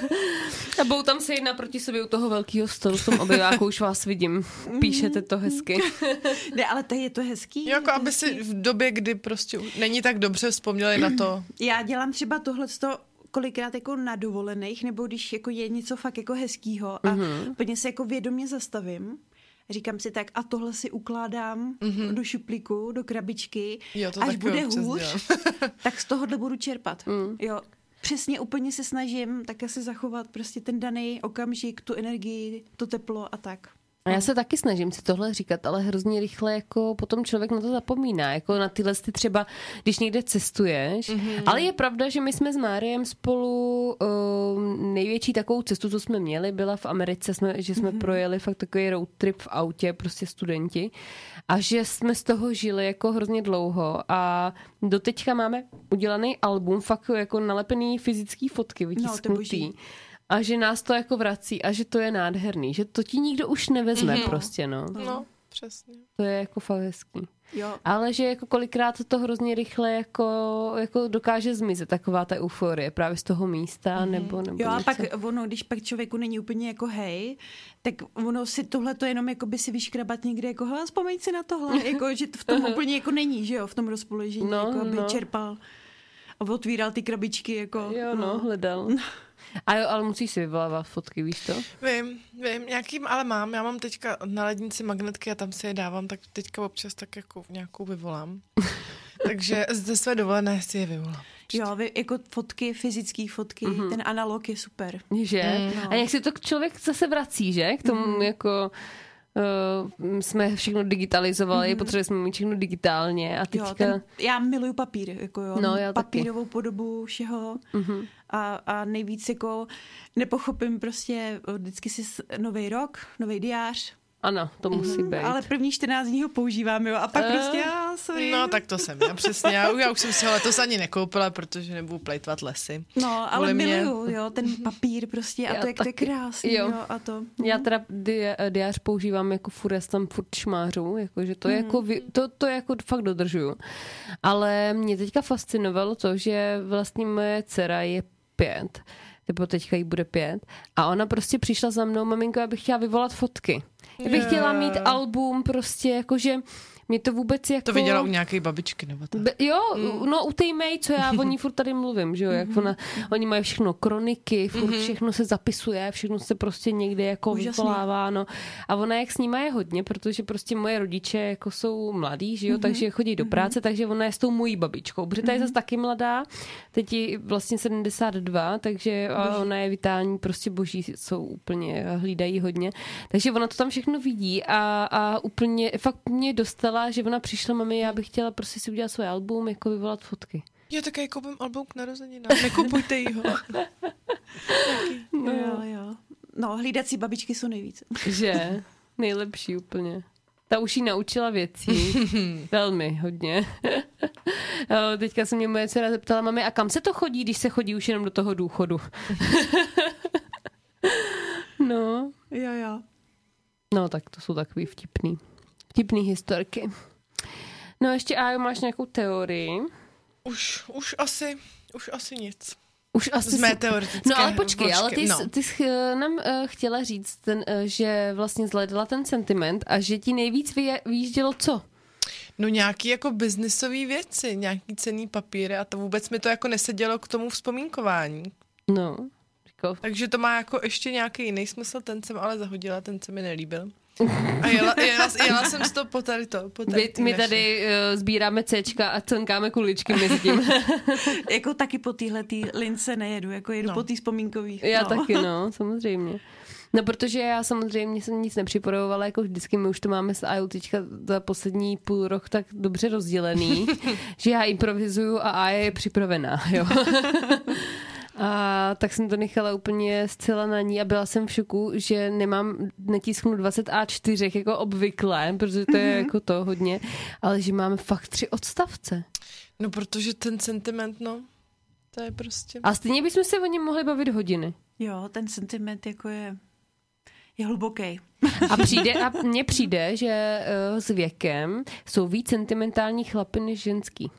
A budou tam sedět naproti sobě u toho velkého stolu v tom obyváku, už vás vidím. Píšete to hezky. Ne, ale to je to hezký. Jo, jako aby si v době, kdy prostě není tak dobře, vzpomněli na to. Já dělám třeba tohleto kolikrát jako na dovolených, nebo když jako je něco fakt jako hezkýho a mm-hmm. plně se jako vědomě zastavím. Říkám si tak a tohle si ukládám mm-hmm. do šuplíku, do krabičky, jo, až bude hůř, tak z tohohle budu čerpat. Mm. Jo, přesně úplně se snažím také si zachovat prostě ten daný okamžik, tu energii, to teplo a tak. A já se taky snažím si tohle říkat, ale hrozně rychle jako potom člověk na to zapomíná, jako na tyhle ty třeba, když někde cestuješ. Mm-hmm. Ale je pravda, že my jsme s Máriem spolu uh, největší takovou cestu, co jsme měli, byla v Americe, jsme, že jsme mm-hmm. projeli fakt takový road trip v autě, prostě studenti. A že jsme z toho žili jako hrozně dlouho a doteďka máme udělaný album, fakt jako nalepený fyzický fotky, vytisknutý. No, a že nás to jako vrací a že to je nádherný, že to ti nikdo už nevezme mm-hmm. prostě, no. No, přesně. To je jako fakt hezký. Jo. Ale že jako kolikrát to hrozně rychle jako, jako dokáže zmizet, taková ta euforie právě z toho místa, mm-hmm. nebo, nebo jo, něco. A pak ono, když pak člověku není úplně jako hej, tak ono si tohle to jenom jako by si vyškrabat někde, jako hele, vzpomeň si na tohle, jako, že v tom úplně jako není, že jo, v tom rozpoložení, no, jako aby no. čerpal a otvíral ty krabičky, jako. Jo, no, no hledal. A jo, ale musíš si vyvolávat fotky, víš to? Vím, vím, nějakým, ale mám. Já mám teďka na lednici magnetky a tam si je dávám, tak teďka občas tak jako nějakou vyvolám. Takže ze své dovolené si je vyvolám. Jo, vy, jako fotky, fyzické fotky, mm-hmm. ten analog je super. Že? Mm, no. A jak si to člověk zase vrací, že? K tomu mm. jako... Uh, jsme všechno digitalizovali, mm-hmm. potřebovali jsme mít všechno digitálně a teďka... Jo, ten, já miluju papír, jako jo, no, já papírovou taky. Podobu všeho mm-hmm. a, a nejvíc jako nepochopím prostě vždycky si nový rok, nový diář, Ano, to musí být. Ale první čtrnáct dní ho používám, jo, a pak uh, prostě já, sorry. No, tak to jsem já, přesně. Já, já už jsem si ho letos ani nekoupila, protože nebudu plejtvat lesy. No, ale miluju, jo, ten papír prostě a já to, jak to je krásný, jo. jo, a to. Já teda di- diář používám jako furt, já tam furt šmářu, jakože to, mm. jako, to, to jako fakt dodržuju. Ale mě teďka fascinovalo to, že vlastně moje dcera je pět, nebo teďka jí bude pět, a ona prostě přišla za mnou, maminko, já bych chtěla vyvolat fotky. Já bych chtěla mít album prostě, jakože mě to vůbec jako... To viděla u nějaké babičky, nebo tak? Be, jo, mm. no u té May, co já o ní furt tady mluvím, že jo, jak ona, oni mají všechno kroniky, furt mm-hmm. všechno se zapisuje, všechno se prostě někde jako vyvolává, no. A ona jak s nima je hodně, protože prostě moje rodiče jako jsou mladí, že jo, mm-hmm. takže chodí do práce, mm-hmm. takže ona je s tou mojí babičkou, protože ta je mm-hmm. zase taky mladá, teď je vlastně sedmdesát dva, takže a ona je vitální, prostě boží, jsou úplně, hlídají hodně, takže ona to tam všechno vidí a, a úplně, fakt mě dostala, že ona přišla, mami, já bych chtěla prostě si udělat svůj album, jako vyvolat fotky. Já také koupím album k narozeninám. Nekupujte jího. No. Jo, jo. No, hlídací babičky jsou nejvíc. Že? Nejlepší úplně. Ta už jí naučila věcí. Velmi, hodně. Teďka se mě moje dcera zeptala, mami, a kam se to chodí, když se chodí už jenom do toho důchodu? No. Jo, jo. No, tak to jsou takový vtipný. Vtipný historky. No ještě, Ájo, máš nějakou teorii? Už, už asi, už asi nic. Už asi z mé teoretické No ale počkej, vložky. ale ty, no. jsi, ty jsi nám uh, chtěla říct, ten, uh, že vlastně zhledala ten sentiment a že ti nejvíc vy, vyjíždělo co? No nějaký jako biznisové věci, nějaký cenný papíry a to vůbec mi to jako nesedělo k tomu vzpomínkování. No. Jako... Takže to má jako ještě nějaký jiný smysl, ten jsem ale zahodila, ten se mi nelíbil. A jela, jela, jela jsem z toho po tady to. Po tady My, my tady uh, sbíráme céčka a cnkáme kuličky mezi tím. Jako taky po téhletý lince nejedu, jako jedu no. po té vzpomínkových. Já no. taky, no, samozřejmě. No, protože já samozřejmě jsem nic nepřipravovala, jako vždycky my už to máme s Ájou teďka za poslední půl rok tak dobře rozdělený, že já improvizuju a Ája je připravená, jo. A tak jsem to nechala úplně zcela na ní a byla jsem v šoku, že nemám netisknu dvacet á čtyři jako obvykle, protože to je mm-hmm. jako to hodně, ale že máme fakt tři odstavce. No, protože ten sentiment, no, to je prostě... A stejně bychom se o něm mohli bavit hodiny. Jo, ten sentiment jako je, je hluboký. A přijde, a mně přijde, že uh, s věkem jsou víc sentimentální chlapy než ženský.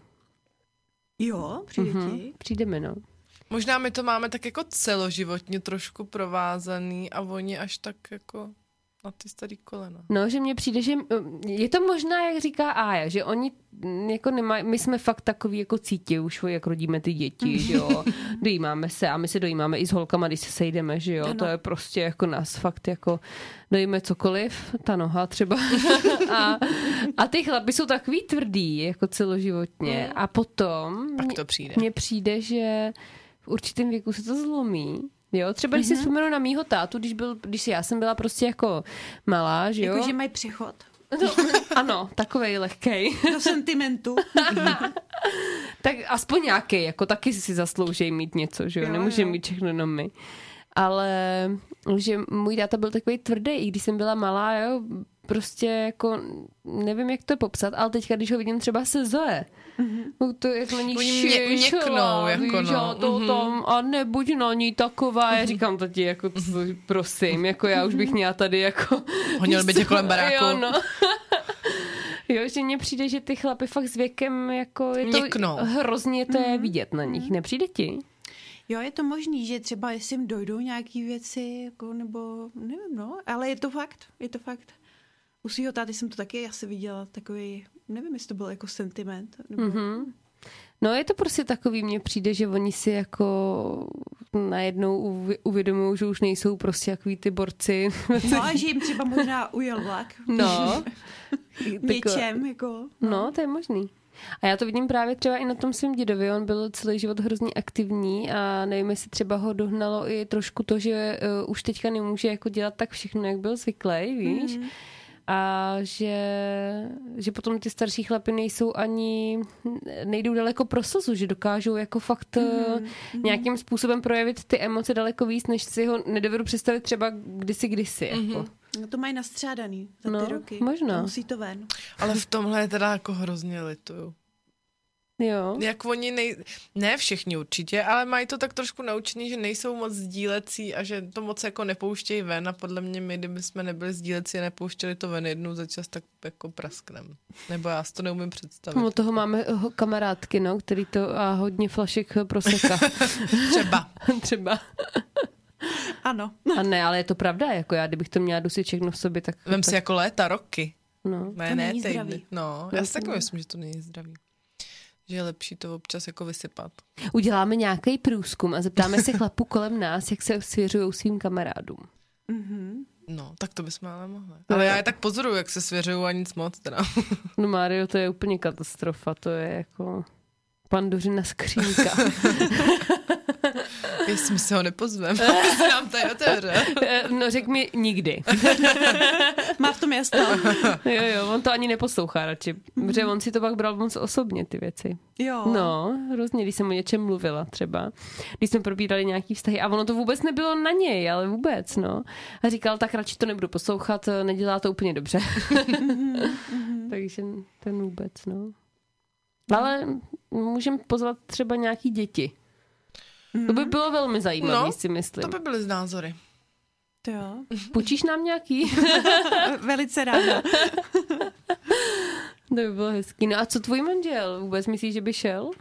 Jo, přijde mm-hmm. ti? Přijde mi, no. Možná my to máme tak jako celoživotně trošku provázaný a oni až tak jako na ty starý kolena. No, že mně přijde, že je to možná, jak říká Ája, že oni jako nemají, my jsme fakt takový jako cítí, už jak rodíme ty děti, že jo, dojímáme se a my se dojímáme i s holkama, když se sejdeme, že jo, ano. To je prostě jako nás fakt jako dojíme cokoliv, ta noha třeba a, a ty chlapi jsou takový tvrdý, jako celoživotně a potom pak to přijde. Mně přijde, že v určitém věku se to zlomí. Jo, třeba když mm-hmm. si vzpomenu na mýho tátu, když, byl, když já jsem byla prostě jako malá, že jo. Jako, že mají přechod. No, ano, takovej lehkej. Do sentimentu. Tak aspoň nějaký, jako taky si zaslouží mít něco, že jo, jo nemůžeme mít všechno jenom my. Ale že můj táta byl takový tvrdý, i když jsem byla malá, jo, prostě jako, nevím, jak to popsat, ale teďka, když ho vidím třeba se Zoe, mm-hmm. to jak na ní šišla, jako víš, no. to mm-hmm. tam, a nebuď na ní taková, já říkám tati, jako, co, prosím, jako já už bych měla tady jako... Honil by tě kolem baráku. Jo, no. Jo, že mně přijde, že ty chlapy fakt s věkem, jako je to Měknou. hrozně to je vidět na nich, nepřijde ti? Jo, je to možný, že třeba jestli jim dojdou nějaký věci, jako, nebo nevím, no, ale je to fakt, je to fakt. U svýho táty jsem to taky asi viděla, takový, nevím, jestli to byl jako sentiment. Nebo... Mm-hmm. No je to prostě takový, mně přijde, že oni si jako najednou uvědomují, že už nejsou prostě takový ty borci. No a že jim třeba možná ujel vlak. No. Něčem, jako. No. no, to je možný. A já to vidím právě třeba i na tom svém dědovi, on byl celý život hrozně aktivní a nevím, jestli třeba ho dohnalo i trošku to, že uh, už teďka nemůže jako dělat tak všechno, jak byl zvyklý, víš? Mm. A že, že potom ty starší chlapy nejsou ani, nejdou daleko pro slzu, že dokážou jako fakt mm-hmm. nějakým způsobem projevit ty emoce daleko víc, než si ho nedovedu představit třeba kdysi, kdysi. Mm-hmm. Jako. No to mají nastřádaný za ty No, roky. možná. Musí to ven. Ale v tomhle je teda jako hrozně lituju. Jo. Jak oni nej... Ne všichni určitě, ale mají to tak trošku naučený, že nejsou moc sdílecí a že to moc jako nepouštějí ven a podle mě my, kdyby jsme nebyli sdílecí a nepouštěli to ven jednou za čas, tak jako prasknem. Nebo já si to neumím představit. Od toho máme ho- kamarádky, no, který to a hodně flašek proseka. Třeba. Třeba. Ano. A ne, ale je to pravda, jako já, kdybych to měla dusit všechno v sobě, tak... Vem tak si jako léta, roky. no. Ne, To ne, není týdny. zdravý. No, já si taky myslím, že to není zdravý. Že je lepší to občas jako vysypat. Uděláme nějaký průzkum a zeptáme se chlapů kolem nás, jak se svěřují svým kamarádům. Mhm. No, tak to bychom ale mohli. Ale já je tak pozoruju, jak se svěřuju a nic moc teda. No Mário, to je úplně katastrofa, to je jako Pandořina skřínka. Jestli my se ho nepozveme, aby se nám tady otevře. No řek mi nikdy. Má v tom jasno. Jo, jo, on to ani neposlouchá radši, protože on si to pak bral moc osobně, ty věci. Jo. No, hrozně, když jsem o něčem mluvila třeba. Když jsme probírali nějaký vztahy a ono to vůbec nebylo na něj, ale vůbec, no. A říkal, tak radši to nebudu poslouchat, nedělá to úplně dobře. Takže ten vůbec, no. Ale můžeme pozvat třeba nějaký děti. To by bylo velmi zajímavé, No, si myslím. To by byly z názory. To jo. Půjčíš nám nějaký? Velice ráda. To by bylo hezký. No a co tvůj manžel? Vůbec myslíš, že by šel?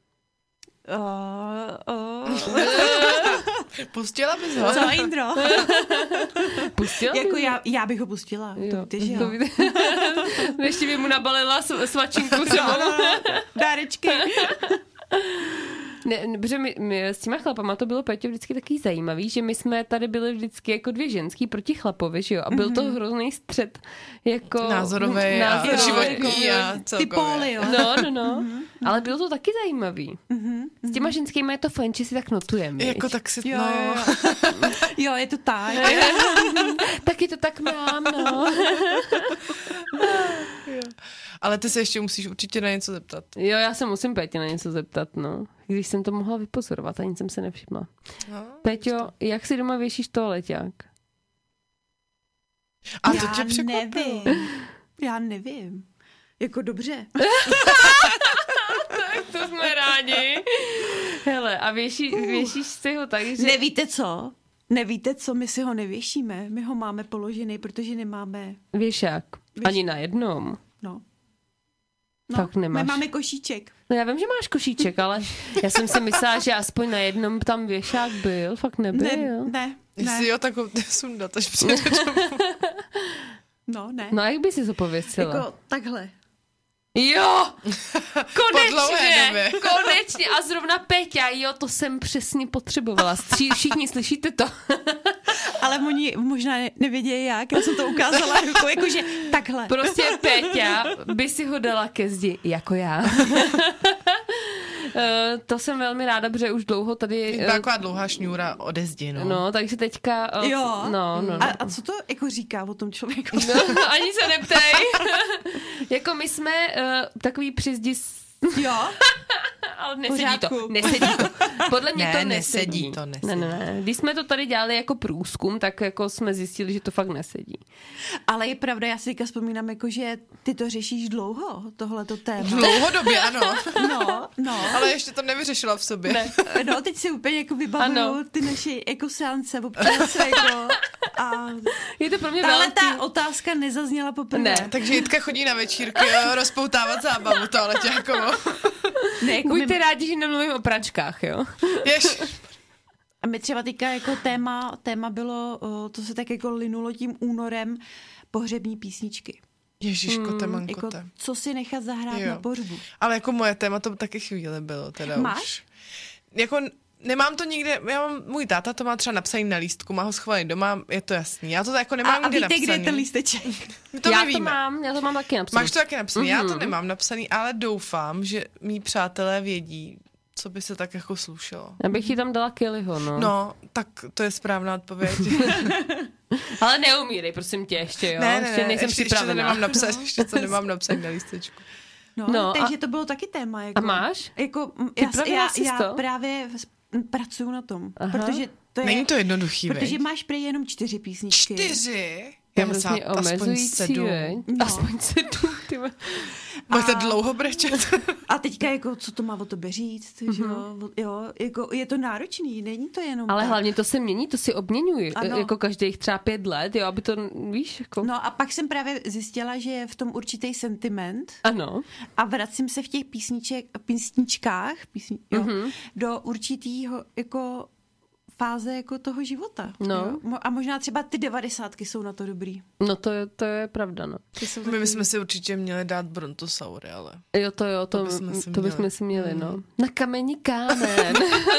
Uh, uh. Pustila bys ho? Co, Indro? Pustil? Jako já, já bych ho pustila. Jo. To víte, že To jo. víte. Ještě by mu nabalila sv- svačinku třeba. Dárečky. Ne, ne, protože my, my s těma chlapama to bylo, Peťo, vždycky taky zajímavý, že my jsme tady byli vždycky jako dvě ženský proti chlapovi, že jo? A byl to hrozný střet jako... Názorový a názorový, životní jako- a Ty celkově. póly, jo. No, no, no. Ale bylo to taky zajímavý. S těma ženskými je to fajn, že si tak notujeme. Jako tak si... Jo, no. jo, jo. Jo, je to tak. Taky to tak mám, no. Ale ty se ještě musíš určitě na něco zeptat. Jo, já se musím Pétě na něco zeptat, no. Když jsem to mohla vypozorovat, ani jsem se nevšimla. No. Péťo, jak si doma věšíš toaleťák? A to Já tě překvapilo. nevím. Já nevím. Jako dobře. To jsme rádi. Hele, a věší, věšíš si ho tak, že... Nevíte co? Nevíte co? My si ho nevěšíme. My ho máme položený, protože nemáme... Věšák. Věš- Ani na jednom. No. Fakt nemáš. My máme košíček. No já vím, že máš košíček, ale já jsem si myslela, že aspoň na jednom tam věšák byl. Fakt nebyl. Ne, jo. ne, Jestli ne. jo, tak ho sundat, až přijde domů. No, ne. No a jak by si to pověsila? Jako takhle. Jo! Po dlouhé Konečně! době. Konečně! A zrovna Peťa, jo, to jsem přesně potřebovala. Stří, všichni slyšíte to? Ale oni možná ne- nevědějí jak. Já jsem to ukázala rukou, jakože takhle. Prostě Peťa by si ho dala ke zdi, jako já. Uh, to jsem velmi ráda, protože už dlouho tady... Je to taková dlouhá šňůra ode zdi, no. No, takže teďka... Uh, Jo. No, no, no. A, a co to jako říká o tom člověku? No, ani se neptej. Jako my jsme uh, takový přizdi... S... Jo? Ale nesedí to. Pořádku. Nesedí to. Podle mě Ne, to nesedí. nesedí to, nesedí. Ne, ne, ne. Když jsme to tady dělali jako průzkum, tak jako jsme zjistili, že to fakt nesedí. Ale je pravda, já si teďka vzpomínám, jako, že ty to řešíš dlouho, tohleto téma. Dlouhodobě, ano. No, no. Ale ještě to nevyřešila v sobě. Ne. No, teď si úplně jako vybavuju Ano. ty naše jako seance občas jako a Je to pro mě tahle velký... ta otázka nezazněla poprvé. Ne. Takže Jitka chodí na večírky a rozpoutávat zábavu, to ale tě jako... Ne, jako Buďte my, rádi, že nemluvím o pračkách, jo? Jež, a my třeba teďka jako téma, téma bylo, o, to se tak jako linulo tím únorem, pohřební písničky. Ježiškote, Hmm, mankote. Jako, co si nechat zahrát Jo. na pohřbu. Ale jako moje téma to taky chvíli bylo teda Máš? už. Jako nemám to nikde, já mám, můj táta to má třeba napsaný na lístku, má ho schovaný doma, je to jasný. Já to jako A, nemám a nikde víte, napsaný. kde je ten lísteček? My to já nevíme. to mám, já to mám taky napsané. Máš to taky napsaný, mm-hmm. já to Mhm. nemám napsaný, ale doufám, že mý přátelé vědí, co by se tak jako slušelo. Já bych ji tam dala Kellyho, no. No, tak to je správná odpověď. Ale neumírej, prosím tě, ještě, jo? ne, ne, ještě ne, nejsem ještě, ještě to připravená. nemám napsat, ještě to nemám napsaný na lístečku. No, No, takže a- to bylo taky téma. Jako, A máš? Jako, m, já, Připravila já, jsi já to? právě s- m, pracuju na tom, Aha. protože to je... Není to jednoduchý, Protože veď? máš prý jenom čtyři písničky. Čtyři? Je Já vlastně myslím, aspoň omezující, sedm. veď? No. Aspoň sedm, ty vole. Máte dlouho brečet? A teďka jako, co to má o tobě říct, že jo, jo, jako je to náročný, není to jenom Ale tak. hlavně to se mění, to si obměňuji. Ano. Jako každých třeba pět let, jo, aby to, víš, jako... No a pak jsem právě zjistila, že je v tom určitý sentiment Ano. a vracím se v těch písniček, písničkách písni, jo, Mhm. do určitýho jako fáze jako toho života. No. Jo? Mo- A možná třeba ty devadesátky jsou na to dobrý. No to je, to je pravda, no. Ty jsou My takový- bychom si určitě měli dát brontosaury, ale... Jo, to jo, to, To bychom si to bychom měli. si měli, no. Na kamení kámen.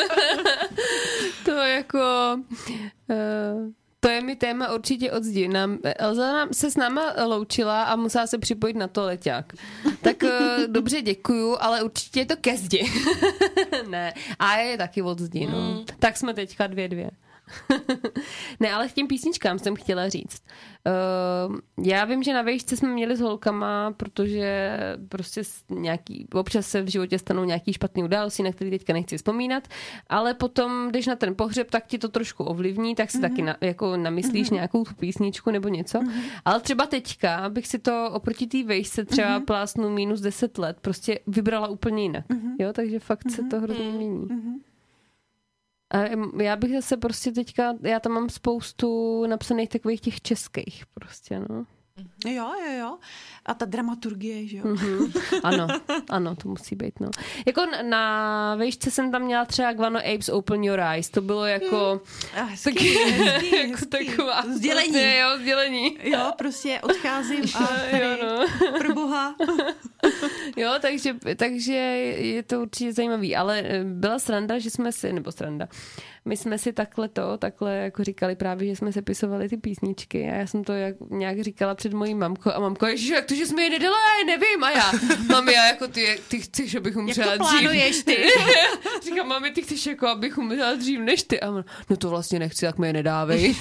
To jako... Uh, to je mi téma určitě od zdi. Nám, Elza nám se s náma loučila a musela se připojit na to leťák. Tak uh, dobře, děkuju, ale určitě je to ke zdi. Ne, a je taky od zdi, no. Mm. Tak jsme teďka dvě dvě. Ne, ale k těm písničkám jsem chtěla říct. Uh, já vím, že na vejšce jsme měli s holkama, protože prostě nějaký, občas se v životě stanou nějaký špatný události, na který teďka nechci vzpomínat, ale potom, když na ten pohřeb, tak ti to trošku ovlivní, tak si mm-hmm. taky na, jako namyslíš mm-hmm. nějakou tu písničku nebo něco. Mm-hmm. Ale třeba teďka bych si to oproti té vejšce třeba mm-hmm. plásnu minus deset let prostě vybrala úplně jinak. Mm-hmm. Jo, takže fakt mm-hmm. se to hrozně mění. Mm-hmm. A já bych zase prostě teďka, já tam mám spoustu napsaných takových těch českých prostě, no. Jo, jo, jo. A ta dramaturgie, že jo. Mm-hmm. Ano, ano, to musí být, no. Jako na, na vejšce jsem tam měla třeba Guano Apes Open Your Eyes, to bylo jako... Mm. Hezký, taky, hezký, jako hezký. taková... Sdělení. Prostě, jo, sdělení. Jo, prostě odcházím a tady, Jo, no. pro boha. Jo, takže, takže je to určitě zajímavý, ale byla sranda, že jsme si, nebo sranda, my jsme si takhle to, takhle jako říkali právě, že jsme sepisovali ty písničky a já jsem to jak, nějak říkala před mojí mamkou a mamko, ježiš, jak to, že jsme je nedala, já nevím a já, mami, já jako ty, ty chceš, abych umřela Jak to dřív. plánuješ ty? Říkám, mami, ty chceš jako, abych umřela dřív než ty. A ona, no to vlastně nechci, tak mi je nedávej.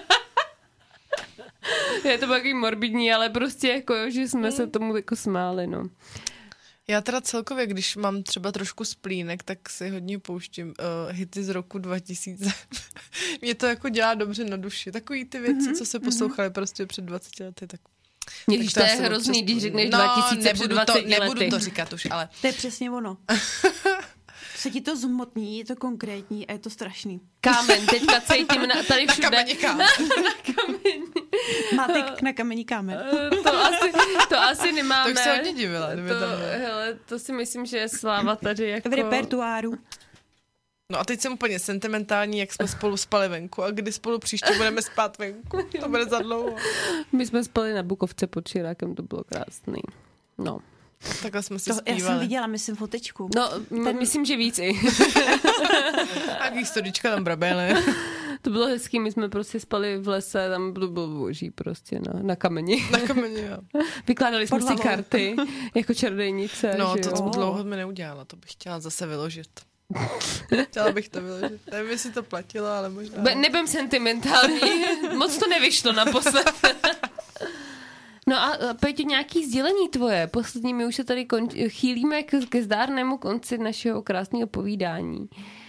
Je to takový morbidní, ale prostě jako, že jsme se tomu jako smáli, no. Já teda celkově, když mám třeba trošku splínek, tak si hodně pouštím uh, hity z roku dva tisíce. Mě to jako dělá dobře na duši. Takový ty věci, mm-hmm, co se poslouchaly mm-hmm. prostě před dvaceti lety, tak... Ježiš, to je hrozný, když řekneš no, dva tisíce před dvaceti lety. Nebudu to říkat už, ale... To je přesně ono. Se ti to zhmotní, je to konkrétní a je to strašný. Kámen, teďka cítím na, tady všude. Na kameni kámen. Na kameni. Máte na kamení kámen. To asi, to asi nemáme. To bych se hodně divila, kdyby to, tam bylo. hele, to si myslím, že je sláva tady jako... V repertoáru. No a teď jsem úplně sentimentální, jak jsme spolu spali venku a kdy spolu příště budeme spát venku. To bude za dlouho. My jsme spali na Bukovce pod Čirákem, to bylo krásný. No. Takhle jsme si To, já zpívali. jsem viděla, myslím, fotečku. No, Ten... myslím, že víc i. Jaký storička tam brabéle. To bylo hezký, my jsme prostě spali v lese, tam to bylo boží prostě na, na kameni. Na kameni, jo. Vykládali jsme Pod si hlavou. karty jako čarodejnice. No, že to jo? jsem dlouho mi neudělala, to bych chtěla zase vyložit. Chtěla bych to vyložit. Nevím, jestli to platilo, ale možná... Be, nebem sentimentální, moc to nevyšlo naposled. No a Peťo, nějaký sdělení tvoje? Poslední my už se tady konč- chýlíme k, ke zdárnému konci našeho krásného povídání.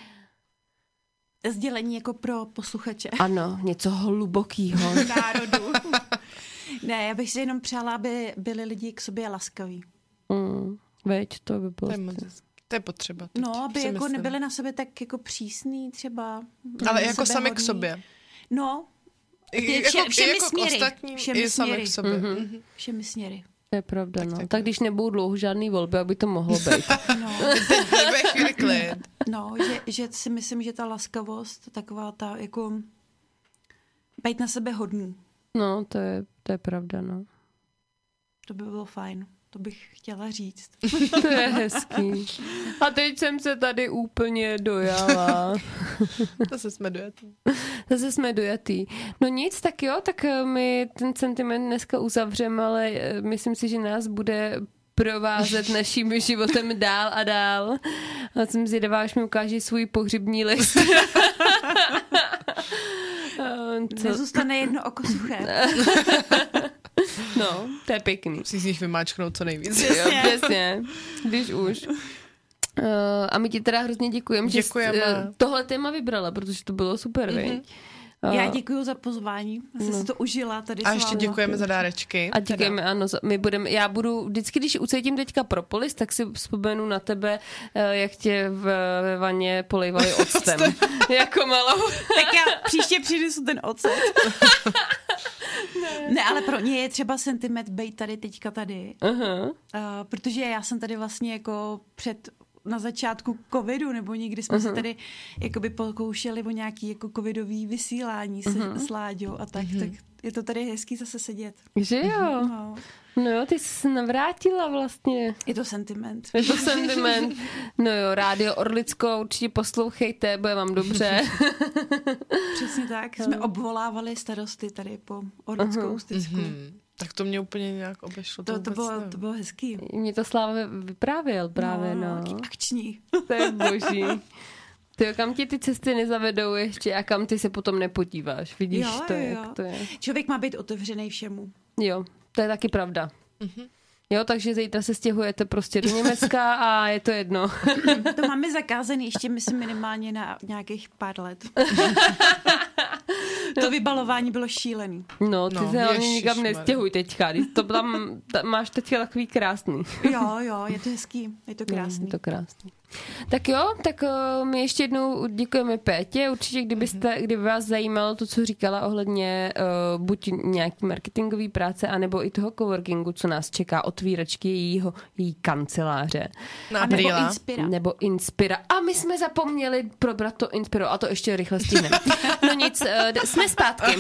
Sdělení jako pro posluchače. Ano, něco hlubokýho. Národu. Ne, já bych si jenom přála, aby byli lidi k sobě laskaví. Mm, veď, to by bylo... To je, moc, to je potřeba. Teď, No, aby si jako myslím. nebyli na sebe tak jako přísný třeba. Ale jako sami sebehodný. k sobě. No, I, Vše- jako, všemi i jako směry. k ostatním, Všemi i sami směry. k sobě. Mhm. Mm-hmm. všemi směry. To je pravda, Tak, no. tak, Tak když nebudou dlouho žádný volby, aby to mohlo být. No, Nebude chvíli klid. no že, že si myslím, že ta laskavost, taková ta jako být na sebe hodný, No, to je, to je pravda, no. to by bylo fajn. To bych chtěla říct. To je hezký. A teď jsem se tady úplně dojala. Zase jsme dojatý. Zase jsme dojatý. No nic, tak jo, tak my ten sentiment dneska uzavřeme, ale myslím si, že nás bude provázet naším životem dál a dál. A jsem zvědavá, až mi ukáže svůj pohřební list. Co? Nezůstane jedno oko suché. No, to je pěkný. Musí z nich vymáčknout co nejvíc. Jo, přesně, když už. Uh, a my ti teda hrozně děkujeme, že jsi Děkujeme. uh, tohle téma vybrala, protože to bylo super, mm-hmm. Já děkuji za pozvání, já jsem no. si to užila tady. A ještě děkujeme za dárečky. A děkujeme, ano, my budeme, já budu, vždycky, když ucítím teďka propolis, tak si vzpomenu na tebe, jak tě v, ve vaně polejvali octem. Jako malou. Tak já příště přinesu ten ocet. ne. ne, ale pro ně je třeba sentiment bejt tady teďka tady. Uh-huh. Uh, protože já jsem tady vlastně jako před na začátku covidu, nebo někdy jsme uh-huh. se tady jakoby pokoušeli o nějaký jako covidový vysílání uh-huh. s, s Láďou a tak, uh-huh. tak je to tady hezký zase sedět. Že jo? No. No jo, ty jsi se navrátila vlastně. Je to sentiment. Je to sentiment. No jo, Rádio Orlicko určitě poslouchejte, bude vám dobře. Přesně tak. Jsme obvolávali starosty tady po Orlickou stezku. Mm-hmm. Tak to mě úplně nějak obešlo. To, to, to, bylo, to bylo hezký. Mě to Sláva vyprávěl právě, no. no. Akční. To je boží. Ty, kam ti ty cesty nezavedou ještě a kam ty se potom nepodíváš. Vidíš jo, to, jo. jak to je. Člověk má být otevřený všemu. Jo, to je taky pravda. Mm-hmm. Jo, takže zítra se stěhujete prostě do Německa a je to jedno. To máme zakázané ještě, myslím, minimálně na nějakých pár let. To vybalování bylo šílený. No, ty no, se hlavně nikam nestěhuj teďka. To tam, tam máš teďka takový krásný. Jo, jo, je to hezký, je to krásný. Je to krásný. Tak jo, tak uh, my ještě jednou děkujeme Pétě. Určitě, kdybyste, kdyby vás zajímalo to, co říkala ohledně uh, buď nějaký marketingový práce, anebo i toho coworkingu, co nás čeká, otvíračky jejího, její kanceláře. Na nebo Inspira. Nebo Inspira. A my jsme zapomněli probrat to Inspiro a to ještě rychle stihneme. No nic, uh, jsme zpátky.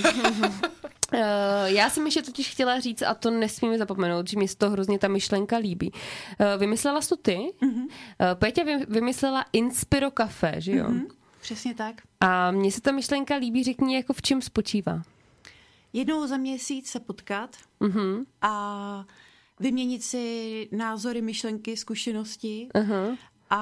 Uh, já jsem ještě totiž chtěla říct, a to nesmíme zapomenout, že mi z toho hrozně ta myšlenka líbí. Uh, vymyslela jsi to ty? Uh-huh. Uh, Péťa vymyslela Inspiro Café, že jo? Uh-huh. Přesně tak. A mně se ta myšlenka líbí, řekni, jako v čem spočívá. Jednou za měsíc se potkat uh-huh. a vyměnit si názory, myšlenky, zkušenosti uh-huh.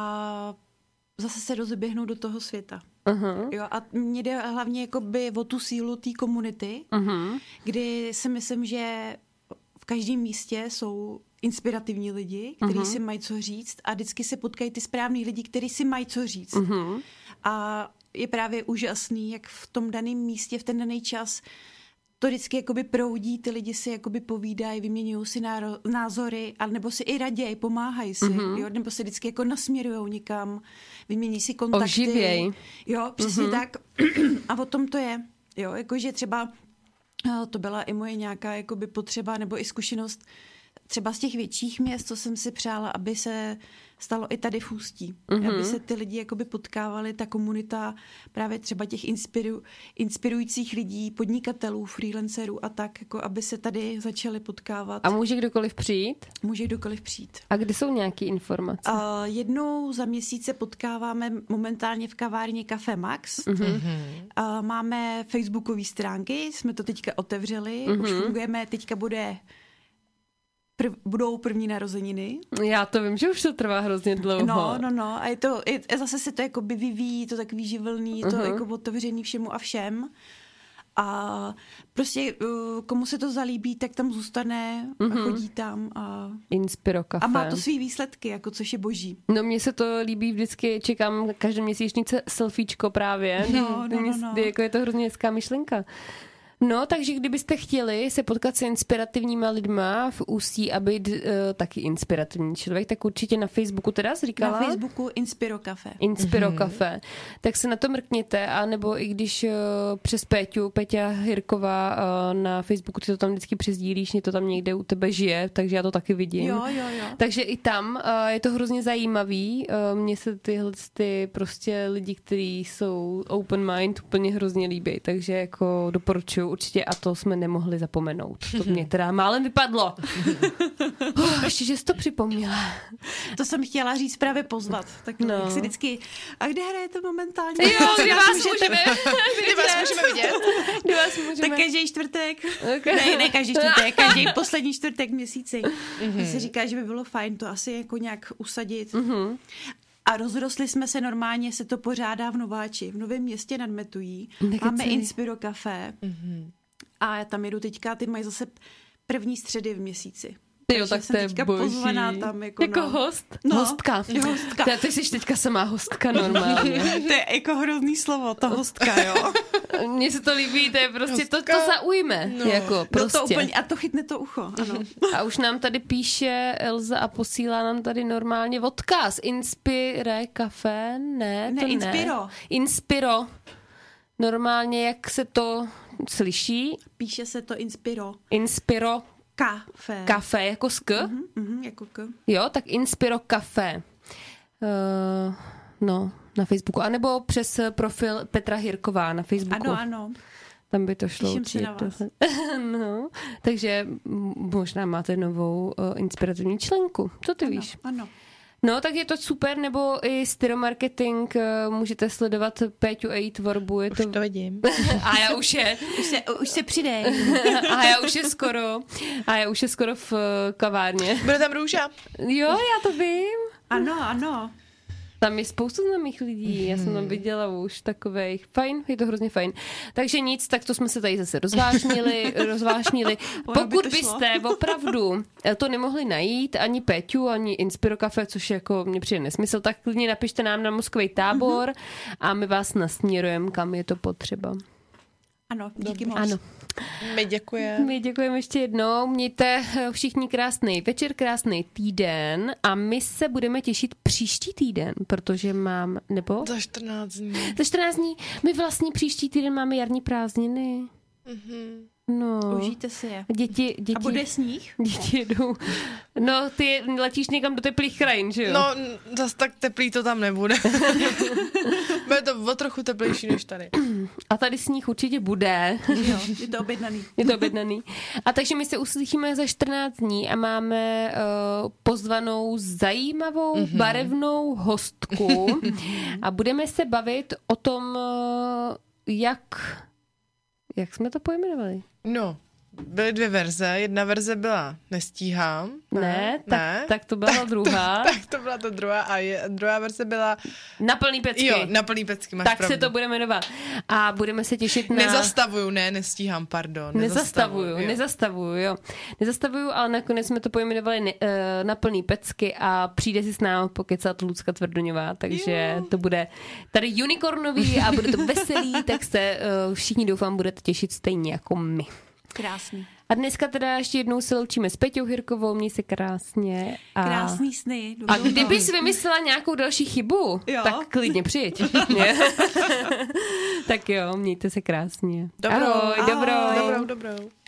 a zase se rozeběhnout do toho světa. Uh-huh. Jo, a mně jde hlavně jakoby o tu sílu té komunity, uh-huh. kdy si myslím, že v každém místě jsou inspirativní lidi, kteří uh-huh. si mají co říct a vždycky se potkají ty správný lidi, kteří si mají co říct. Uh-huh. A je právě úžasný, jak v tom daném místě, v ten daný čas to vždycky jakoby proudí, ty lidi si jakoby povídají, vyměňují si náro, názory, ale nebo si i raději, pomáhají si, mm-hmm. jo, nebo se vždycky jako nasměrujou někam, vymění si kontakty. Oživěj. Jo, přesně mm-hmm. tak. A o tom to je. Jo, jakože třeba to byla i moje nějaká jakoby potřeba nebo i zkušenost třeba z těch větších měst, co jsem si přála, aby se stalo i tady v Ústí. Mm-hmm. Aby se ty lidi jakoby potkávali, ta komunita právě třeba těch inspiru, inspirujících lidí, podnikatelů, freelancerů a tak, jako aby se tady začali potkávat. A může kdokoliv přijít? Může kdokoliv přijít. A kde jsou nějaké informace? Uh, jednou za měsíc se potkáváme momentálně v kavárně Café Max. Mm-hmm. Uh, máme facebookové stránky, jsme to teďka otevřeli, mm-hmm. už fungujeme, teďka bude Prv, budou první narozeniny. Já to vím, že už to trvá hrozně dlouho. No, no, no. A je to, je, zase se to jako by vyvíjí, to takový živelný, uh-huh. to jako otevřený všemu a všem. A prostě komu se to zalíbí, tak tam zůstane uh-huh. a chodí tam. A, Inspiro Café. A má to svý výsledky, jako což je boží. No mně se to líbí vždycky, čekám každoměsíčnice selfiečko právě. No, no, no, no. Jako je to hrozně hezká myšlenka. No, takže kdybyste chtěli se potkat s inspirativníma lidma v Ústí a být uh, taky inspirativní člověk, tak určitě na Facebooku teda jsi říkala? Na Facebooku Inspiro Café. Inspiro mm-hmm. Café. Tak se na to mrkněte, a nebo i když uh, přes Péťu, Péťa Hirková uh, na Facebooku, ty to tam vždycky přesdílíš, mě to tam někde u tebe žije, takže já to taky vidím. Jo, jo, jo. Takže i tam uh, je to hrozně zajímavý. Uh, mně se tyhle ty prostě lidi, kteří jsou open mind, úplně hrozně líbí, takže jako doporučuji určitě, a to jsme nemohli zapomenout. To mě teda málem vypadlo. Oh, ještě, že jsi to připomněla. To jsem chtěla říct, právě pozvat. Tak no. Jak si vždycky, a kde hrajete momentálně? Jo, kde vás můžeme, kde vás můžeme vidět? Kde vás můžeme? Tak každý čtvrtek. Okay. Ne, ne každý čtvrtek, každý poslední čtvrtek měsíci. Mm-hmm. Si říká, že by bylo fajn to asi jako nějak usadit. Mm-hmm. A rozrostli jsme se normálně, se to pořádá v Nováči, v Novém Městě nad Metují. Máme Inspiro Café. Mm-hmm. A já tam jedu teďka, ty mají zase první středy v měsíci. Jo, tak jsem to je teďka boží. pozvaná tam jako, jako no. host? No, hostka. hostka. Ty, ty jsi teďka samá hostka normálně. To je jako hrozný slovo, ta hostka, jo. Mně se to líbí, to je prostě, to, Hostka. to zaujme. No. Jako prostě. No to úplně, a to chytne to ucho, ano. A už nám tady píše Elza a posílá nám tady normálně odkaz. Inspire Café? Ne, Ne, to Inspiro. ne. Inspiro. Normálně, jak se to slyší? Píše se to Inspiro. Inspiro Kafe. Café, jako sk? Mhm, mhm, jako k. Jo, tak Inspiro Café. Uh, no, na Facebooku. A nebo přes profil Petra Hirková na Facebooku. Ano, ano. Tam by to šlo. Těším se na vás. No, takže možná máte novou uh, inspirativní členku. Co ty Ano, víš? ano. No, tak je to super, nebo i styromarketing, uh, můžete sledovat Péťu a její tvorbu. Je Už to... to vidím. A já už je. Už se, už se přidej. A já už je skoro. A já už je skoro v uh, kavárně. Bude tam růža. Jo, já to vím. Ano, ano. Tam je spoustu známých lidí, já jsem tam viděla už takovej. Fajn, je to hrozně fajn. Takže nic, tak to jsme se tady zase rozvášnili, rozvášnili. Ono by Pokud to šlo. byste opravdu to nemohli najít, ani Péťu, ani Inspiro Café, což jako mně přijde nesmysl, tak klidně napište nám na Moskvej tábor a my vás nasměrujeme, kam je to potřeba. Ano, díky moc. Ano. My děkujeme. My děkujeme ještě jednou. Mějte všichni krásný večer, krásný týden a my se budeme těšit příští týden, protože mám, nebo? Za čtrnáct dní. Za čtrnáct dní. My vlastně příští týden máme jarní prázdniny. Mhm. No. Užijte si je. Děti, děti, A bude sníh? děti jedou. No, ty letíš někam do teplých krajin, že jo? No, zase tak teplý to tam nebude. Bude to o trochu teplejší než tady. A tady sníh určitě bude. Jo, je to objednaný. Je to objednaný. A takže my se uslyšíme za čtrnáct dní a máme uh, pozvanou zajímavou, mm-hmm. barevnou hostku a budeme se bavit o tom, uh, jak... Jak jsme to pojmenovali? No, byly dvě verze. Jedna verze byla nestíhám. Ne, ne, tak, ne. tak to byla druhá. Tak to byla ta druhá a je, druhá verze byla... Na plný pecky. Jo, na plný pecky, máš tak pravdu. se to bude jmenovat. A budeme se těšit na... Nezastavuju, ne, nestíhám, pardon. Nezastavuju, jo. nezastavuju, jo. Nezastavuju, ale nakonec jsme to pojmenovali ne, uh, na plný pecky a přijde si s námi pokecat Lucka Tvrdoňová, takže jo. To bude tady unicornový a bude to veselý, tak se uh, všichni doufám budete těšit stejně jako my. Krásný. A dneska teda ještě jednou se loučíme s Peťou Hirkovou, měj se krásně. A... Krásný sny. A kdybys vymyslela nějakou další chybu, Jo. tak klidně přijď. Tak jo, mějte se krásně. Dobrou. Ahoj, Ahoj. dobrou. Dobrou, dobrou.